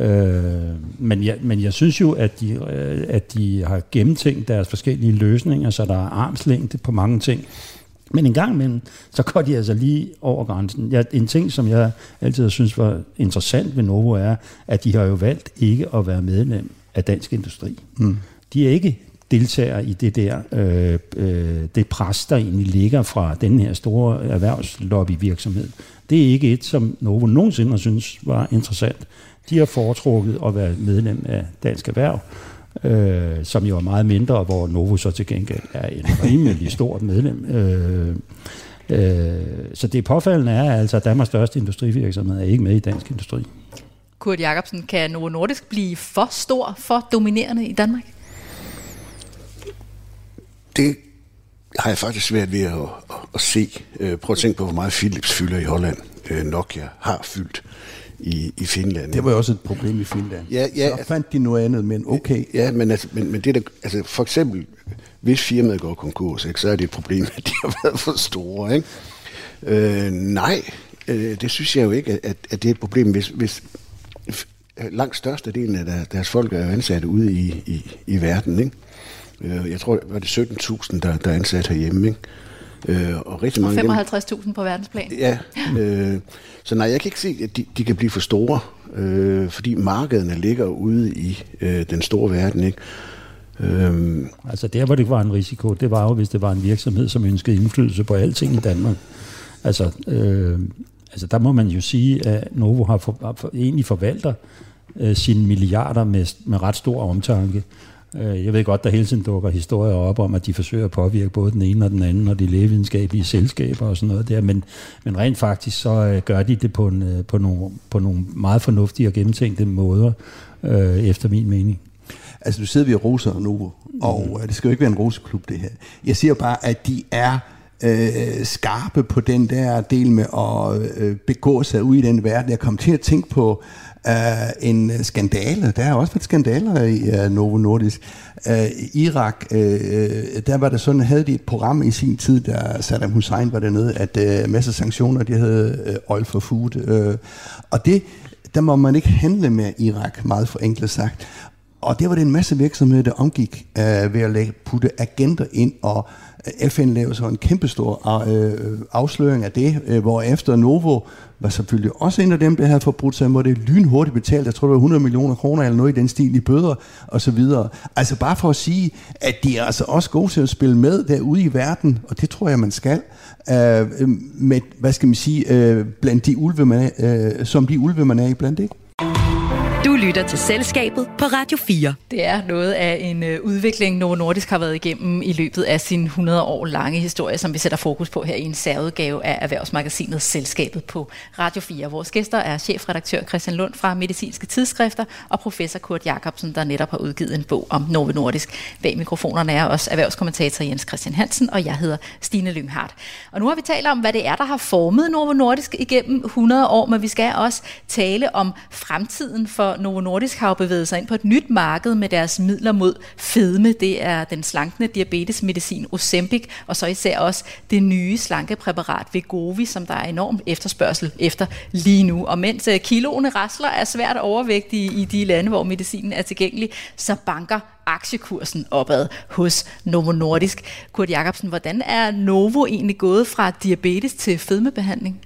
S5: Øh, men, jeg, men jeg synes jo, at de, øh, at de har gennemtænkt deres forskellige løsninger, så der er armslængde på mange ting. Men en gang imellem, så går de altså lige over grænsen. Ja, en ting, som jeg altid har synes var interessant ved Novo, er, at de har jo valgt ikke at være medlem af Dansk Industri. Mm. De er ikke deltager i det der øh, øh, det pres, der egentlig ligger fra den her store erhvervslobbyvirksomhed. Det er ikke et, som Novo nogensinde har synes var interessant. De har foretrukket at være medlem af Dansk Erhverv, øh, som jo er meget mindre, hvor Novo så til gengæld er en rimelig stort medlem. Øh, øh, så det påfaldende er altså, at Danmarks største industrivirksomhed er ikke med i Dansk Industri.
S3: Kurt Jacobsen, kan Novo Nordisk blive for stor, for dominerende i Danmark?
S6: Det har jeg faktisk svært ved at, at, at se. Prøv at tænke på, hvor meget Philips fylder i Holland. Nokia har fyldt i, i Finland.
S4: Det var jo også et problem i Finland.
S6: Ja, ja,
S4: så fandt de noget andet, men okay.
S6: Ja, men, altså, men, men det der, altså for eksempel, hvis firmaet går konkurs, ikke, så er det et problem, at de har været for store. Ikke? Øh, nej, øh, det synes jeg jo ikke, at, at det er et problem, hvis, hvis langt størstedelen af der, deres folk er ansat ude i, i, i verden. Ikke? Øh, jeg tror, var det sytten tusind, der, der er ansat herhjemme, ikke? Øh, og rigtig mange
S3: femoghalvtreds tusind på verdensplan.
S6: Ja, øh, så nej, jeg kan ikke se, at de, de kan blive for store, øh, fordi markederne ligger ude i øh, den store verden, ikke? Øh,
S5: altså der, hvor det var en risiko, det var jo, hvis det var en virksomhed, som ønskede indflydelse på alting i Danmark. Altså, øh, altså der må man jo sige, at Novo har for, for, egentlig forvalter øh, sine milliarder med, med ret stor omtanke. Jeg ved godt, der hele tiden dukker historier op om, at de forsøger at påvirke både den ene og den anden, og de lægevidenskabelige selskaber og sådan noget der, men, men rent faktisk så gør de det på, en, på, nogle, på nogle meget fornuftige og gennemtænkte måder, øh, efter min mening.
S4: Altså, du sidder ved roser Novo, og mm. det skal jo ikke være en roseklub, det her. Jeg siger bare, at de er øh, skarpe på den der del med at øh, begå sig ud i den verden. Jeg kom til at tænke på Uh, en skandale. Der har også været skandaler i uh, Novo Nordisk. Uh, Irak, uh, der var der sådan, havde de et program i sin tid, der Saddam Hussein var dernede, at uh, masser af sanktioner, de havde uh, oil for food. Uh, og det, der må man ikke handle med Irak, meget forenklet sagt. Og det var det en masse virksomheder, der omgik uh, ved at lægge, putte agenter ind, og F N lavede så en kæmpestor uh, afsløring af det, uh, hvor efter Novo var selvfølgelig også en af dem, der havde forbrudt sig, hvor det lynhurtigt betalt, jeg tror det var hundrede millioner kroner eller noget i den stil i bøder og så videre. Altså bare for at sige, at de er altså også gode til at spille med derude i verden, og det tror jeg, man skal, uh, med, hvad skal man sige, uh, blandt de ulve, man er, uh, som de ulve, man er i blandt, ikke?
S2: Du lytter til Selskabet på Radio fire.
S3: Det er noget af en øh, udvikling, Novo Nordisk har været igennem i løbet af sin hundrede år lange historie, som vi sætter fokus på her i en særudgave af erhvervsmagasinet Selskabet på Radio fire. Vores gæster er chefredaktør Christian Lund fra Medicinske Tidsskrifter og professor Kurt Jacobsen, der netop har udgivet en bog om Novo Nordisk. Bag mikrofonerne er også erhvervskommentator Jens Christian Hansen, og jeg hedder Stine Lynghardt. Og nu har vi talt om, hvad det er, der har formet Novo Nordisk igennem hundrede år, men vi skal også tale om fremtiden for Novo Nordisk har jo bevæget sig ind på et nyt marked med deres midler mod fedme. Det er den slankende diabetesmedicin Ozempic, og så især også det nye slankepræparat Wegovy, som der er enorm efterspørgsel efter lige nu. Og mens kiloene rasler er svært overvægtige i de lande, hvor medicinen er tilgængelig, så banker aktiekursen opad hos Novo Nordisk. Kurt Jacobsen, hvordan er Novo egentlig gået fra diabetes til fedmebehandling?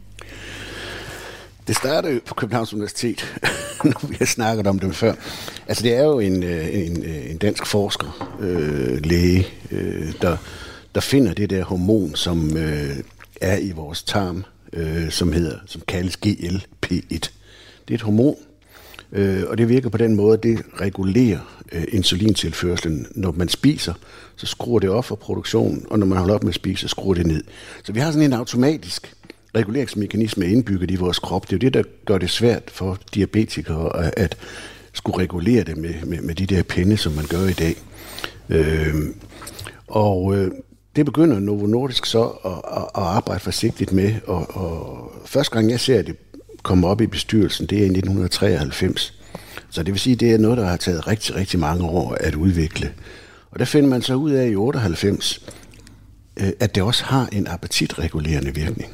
S6: Det startede på Københavns Universitet, når vi har snakket om det før. Altså det er jo en, en, en dansk forsker, øh, læge, øh, der, der finder det der hormon, som øh, er i vores tarm, øh, som hedder, som kaldes G L P et. Det er et hormon, øh, og det virker på den måde, at det regulerer øh, insulintilførslen. Når man spiser, så skruer det op for produktionen, og når man holder op med at spise, så skruer det ned. Så vi har sådan en automatisk reguleringsmekanisme indbygget i vores krop. Det er jo det, der gør det svært for diabetikere at, at skulle regulere det med, med, med de der pinde, som man gør i dag. Øh, og øh, det begynder Novo Nordisk så at, at, at arbejde forsigtigt med. Og, og første gang jeg ser det komme op i bestyrelsen, det er i nitten treoghalvfems. Så det vil sige, det er noget, der har taget rigtig, rigtig mange år at udvikle. Og der finder man så ud af i otteoghalvfems, øh, at det også har en appetitregulerende virkning.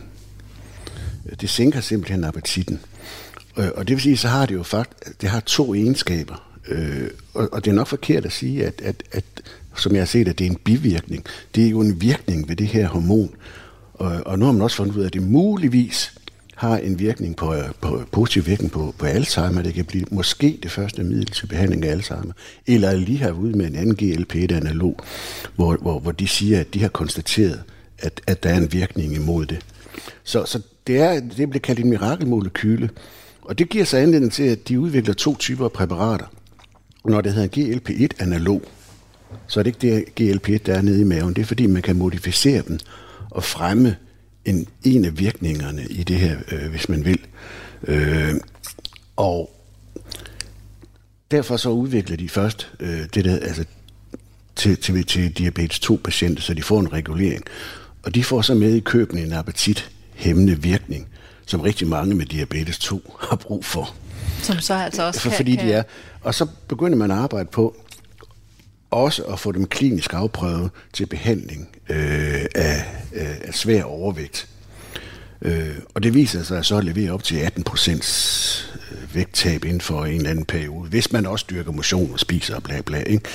S6: Det sænker simpelthen appetitten. Og det vil sige, så har det jo faktisk, det har to egenskaber. Og det er nok forkert at sige, at, at, at som jeg har set, at det er en bivirkning. Det er jo en virkning ved det her hormon. Og, og nu har man også fundet ud af, at det muligvis har en virkning på, på positiv virkning på, på Alzheimer. Det kan blive måske det første middel til behandling af Alzheimer. Eller lige har ude med en anden G L P et-analog, hvor, hvor, hvor de siger, at de har konstateret, at, at der er en virkning imod det. Så, så det, er, det bliver kaldt en mirakelmolekyle, og det giver sig anledning til, at de udvikler to typer af præparater. Når det hedder G L P et-analog, så er det ikke det G L P et, der er nede i maven. Det er fordi, man kan modificere dem og fremme en, en af virkningerne i det her, øh, hvis man vil. Øh, og derfor så udvikler de først øh, det der, altså til, til, til diabetes to patienter, så de får en regulering. Og de får så med i købene en appetithæmmende virkning, som rigtig mange med diabetes to har brug for.
S3: Som så altså også
S6: for,
S3: kan...
S6: Fordi
S3: kan...
S6: de er. Og så begynder man at arbejde på også at få dem klinisk afprøvet til behandling øh, af, af svær overvægt. Øh, og det viser sig så at levere op til atten procent vægttab inden for en eller anden periode, hvis man også dyrker motion og spiser og bla bla, ikke?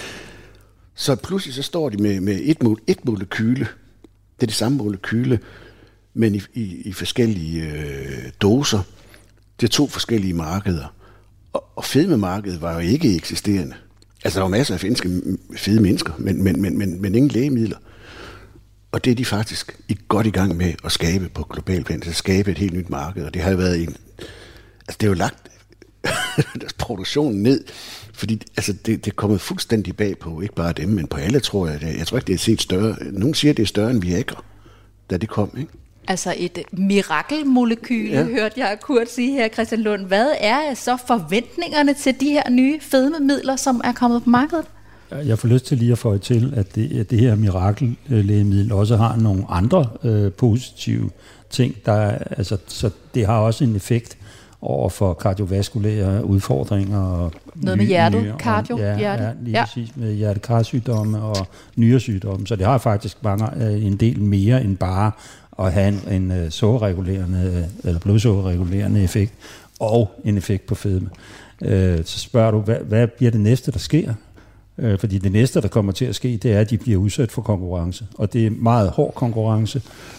S6: Så pludselig så står de med, med et, mo- et molekyle, det er det samme molekyle, men i, i, i forskellige øh, doser. Det er to forskellige markeder. Og, og fedmemarkedet var jo ikke eksisterende. Altså, der var masser af finske fede mennesker, men, men, men, men, men ingen lægemidler. Og det er de faktisk godt i gang med at skabe på global plan, at skabe et helt nyt marked. Og det har jo været en... Altså, det er jo lagt deres produktion ned, fordi altså, det, det er kommet fuldstændig bag på, ikke bare dem, men på alle, tror jeg. Jeg tror ikke, det er set større. Nogen siger, det er større end Viagra, da det kom, ikke?
S3: Altså et mirakelmolekyle, ja. Hørte jeg Kurt sige her, Christian Lund. Hvad er så forventningerne til de her nye fedmemidler, som er kommet på markedet?
S5: Jeg får lyst til lige at få til, at det, at det her mirakellægemiddel også har nogle andre øh, positive ting. Der er, altså, så det har også en effekt over for kardiovaskulære udfordringer. Og
S3: noget med hjertet, nye, cardio,
S5: ja,
S3: hjerte.
S5: Ja, lige ja. præcis med hjertekarsygdomme og nyresygdomme. Så det har faktisk mange, en del mere end bare at have en, en sukkerregulerende eller blodsukkerregulerende effekt og en effekt på fedme. Øh, så spørger du, hvad, hvad bliver det næste, der sker? Øh, fordi det næste, der kommer til at ske, det er, at de bliver udsat for konkurrence. Og det er meget hård konkurrence.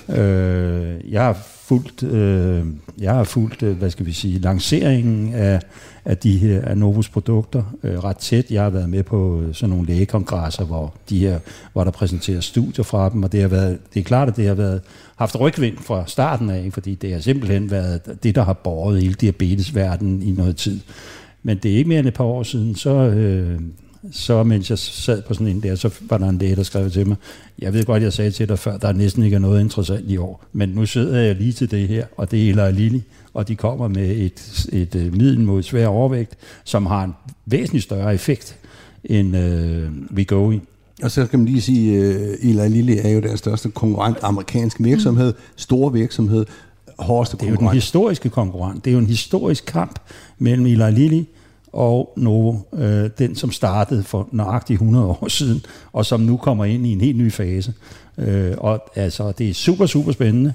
S5: Øh, jeg har fulgt, øh, jeg har fulgt, hvad skal vi sige, lanceringen af, af de her af Novos produkter øh, ret tæt. Jeg har været med på sådan nogle lægekongresser, hvor de her, hvor der præsenteres studier fra dem, og det har været, det er klart, at det har været haft rygvind fra starten af, fordi det har simpelthen været det, der har båret hele diabetesverdenen i noget tid. Men det er ikke mere end et par år siden, så øh, så mens jeg sad på sådan en der, så var der en læge, der skrev til mig, jeg ved godt, jeg sagde til dig før, der er næsten ikke noget interessant i år, men nu sidder jeg lige til det her, og det er Eli Lilly, og de kommer med et, et, et middel mod svær overvægt, som har en væsentlig større effekt end øh, Wegovy.
S4: Og så kan man lige sige, at uh, Eli Lilly er jo deres største konkurrent, amerikansk virksomhed, store virksomhed, hårdeste konkurrent.
S5: Det er jo den historiske konkurrent, det er jo en historisk kamp mellem Eli Lilly og Novo, øh, den som startede for nøjagtigt hundrede år siden, og som nu kommer ind i en helt ny fase. Øh, og altså, det er super, super spændende.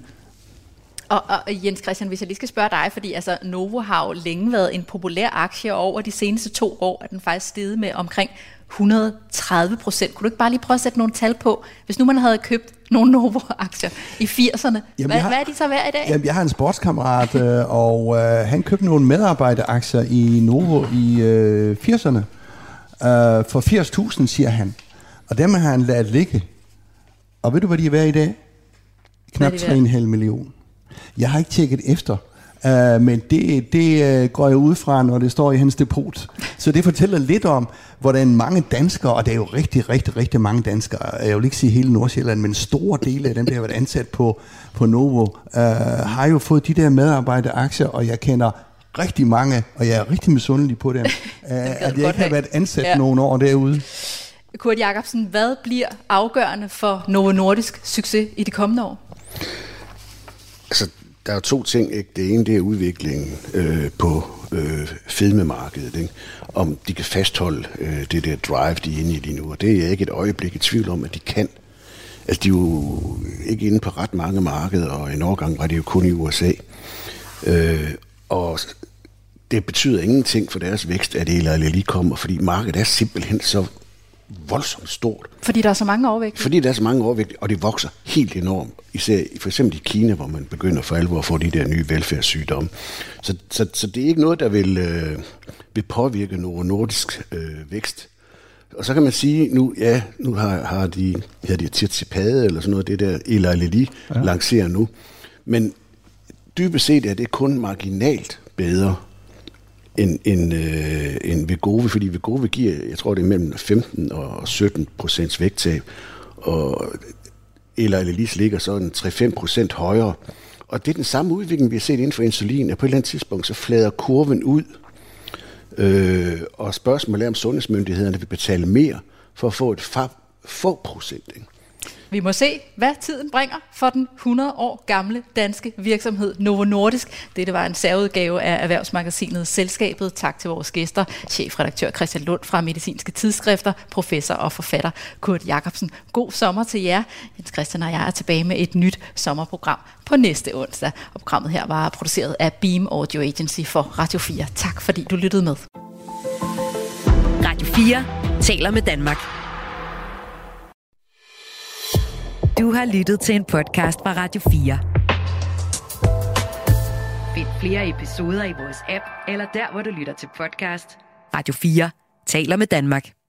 S3: Og, og Jens Christian, hvis jeg lige skal spørge dig, fordi altså, Novo har jo længe været en populær aktie, og over de seneste to år er den faktisk steget med omkring et hundrede og tredive procent. Kunne du ikke bare lige prøve at sætte nogle tal på, hvis nu man havde købt nogle Novo-aktier i firserne?
S4: Jamen,
S3: hvad,
S4: har,
S3: hvad er de så værd i dag?
S4: Jamen, jeg har en sportskammerat, øh, og øh, han købte nogle medarbejderaktier i Novo i øh, firserne. Øh, for firs tusind, siger han. Og dem har han ladet ligge. Og ved du, hvad de er værd i dag? Knap tre komma fem million. Jeg har ikke tjekket efter, uh, men det, det uh, går jeg ud fra, når det står i hans depot. Så det fortæller lidt om, hvordan mange danskere, og det er jo rigtig, rigtig, rigtig mange danskere, jeg vil ikke sige hele Nordsjælland, men store dele af dem, der har været ansat på, på Novo, uh, har jo fået de der medarbejderaktier, og jeg kender rigtig mange, og jeg er rigtig misundelig på dem, uh, at jeg ikke har været ansat ja. nogle år derude.
S3: Kurt Jacobsen, hvad bliver afgørende for Novo Nordisk succes i de kommende år?
S6: Altså, der er to ting, ikke? Det ene, det er udviklingen øh, på øh, fedmemarkedet, ikke? Om de kan fastholde øh, det der drive, de er inde i lige nu, og det er jeg ikke et øjeblik i tvivl om, at de kan. Altså, de er jo ikke inde på ret mange markeder, og en årgang var det jo kun i U S A. Øh, og det betyder ingenting for deres vækst, at Eli Lilly kommer, fordi markedet er simpelthen så voldsomt stort.
S3: Fordi der er så mange overvægtige?
S6: Fordi der er så mange overvægtige, og det vokser helt enormt. Især for eksempel i Kina, hvor man begynder for alvor at få de der nye velfærdssygdomme. Så, så, så det er ikke noget, der vil, øh, vil påvirke Novo Nordisk øh, vækst. Og så kan man sige, nu ja, nu har, har de, har de Tirzepade eller sådan noget, det der Eli Lilly ja. lancerer nu. Men dybest set er det kun marginalt bedre end, end, øh, end Wegovy, fordi Wegovy giver, jeg tror det er mellem femten og sytten procents vægttab, og Eli Lillys ligger sådan tre til fem procent højere. Og det er den samme udvikling, vi har set inden for insulin, at på et eller andet tidspunkt, så flader kurven ud, øh, og spørgsmålet er, om sundhedsmyndighederne vil betale mere for at få et få procent. Ikke?
S3: Vi må se, hvad tiden bringer for den hundrede år gamle danske virksomhed Novo Nordisk. Dette var en særudgave af erhvervsmagasinet Selskabet. Tak til vores gæster, chefredaktør Christian Lund fra Medicinske Tidsskrifter, professor og forfatter Kurt Jacobsen. God sommer til jer. Jens Christian og jeg er tilbage med et nyt sommerprogram på næste onsdag. Og programmet her var produceret af Beam Audio Agency for Radio fire. Tak fordi du lyttede med.
S2: Radio fire taler med Danmark. Du har lyttet til en podcast fra Radio fire. Find flere episoder i vores app, eller der, hvor du lytter til podcast. Radio fire taler med Danmark.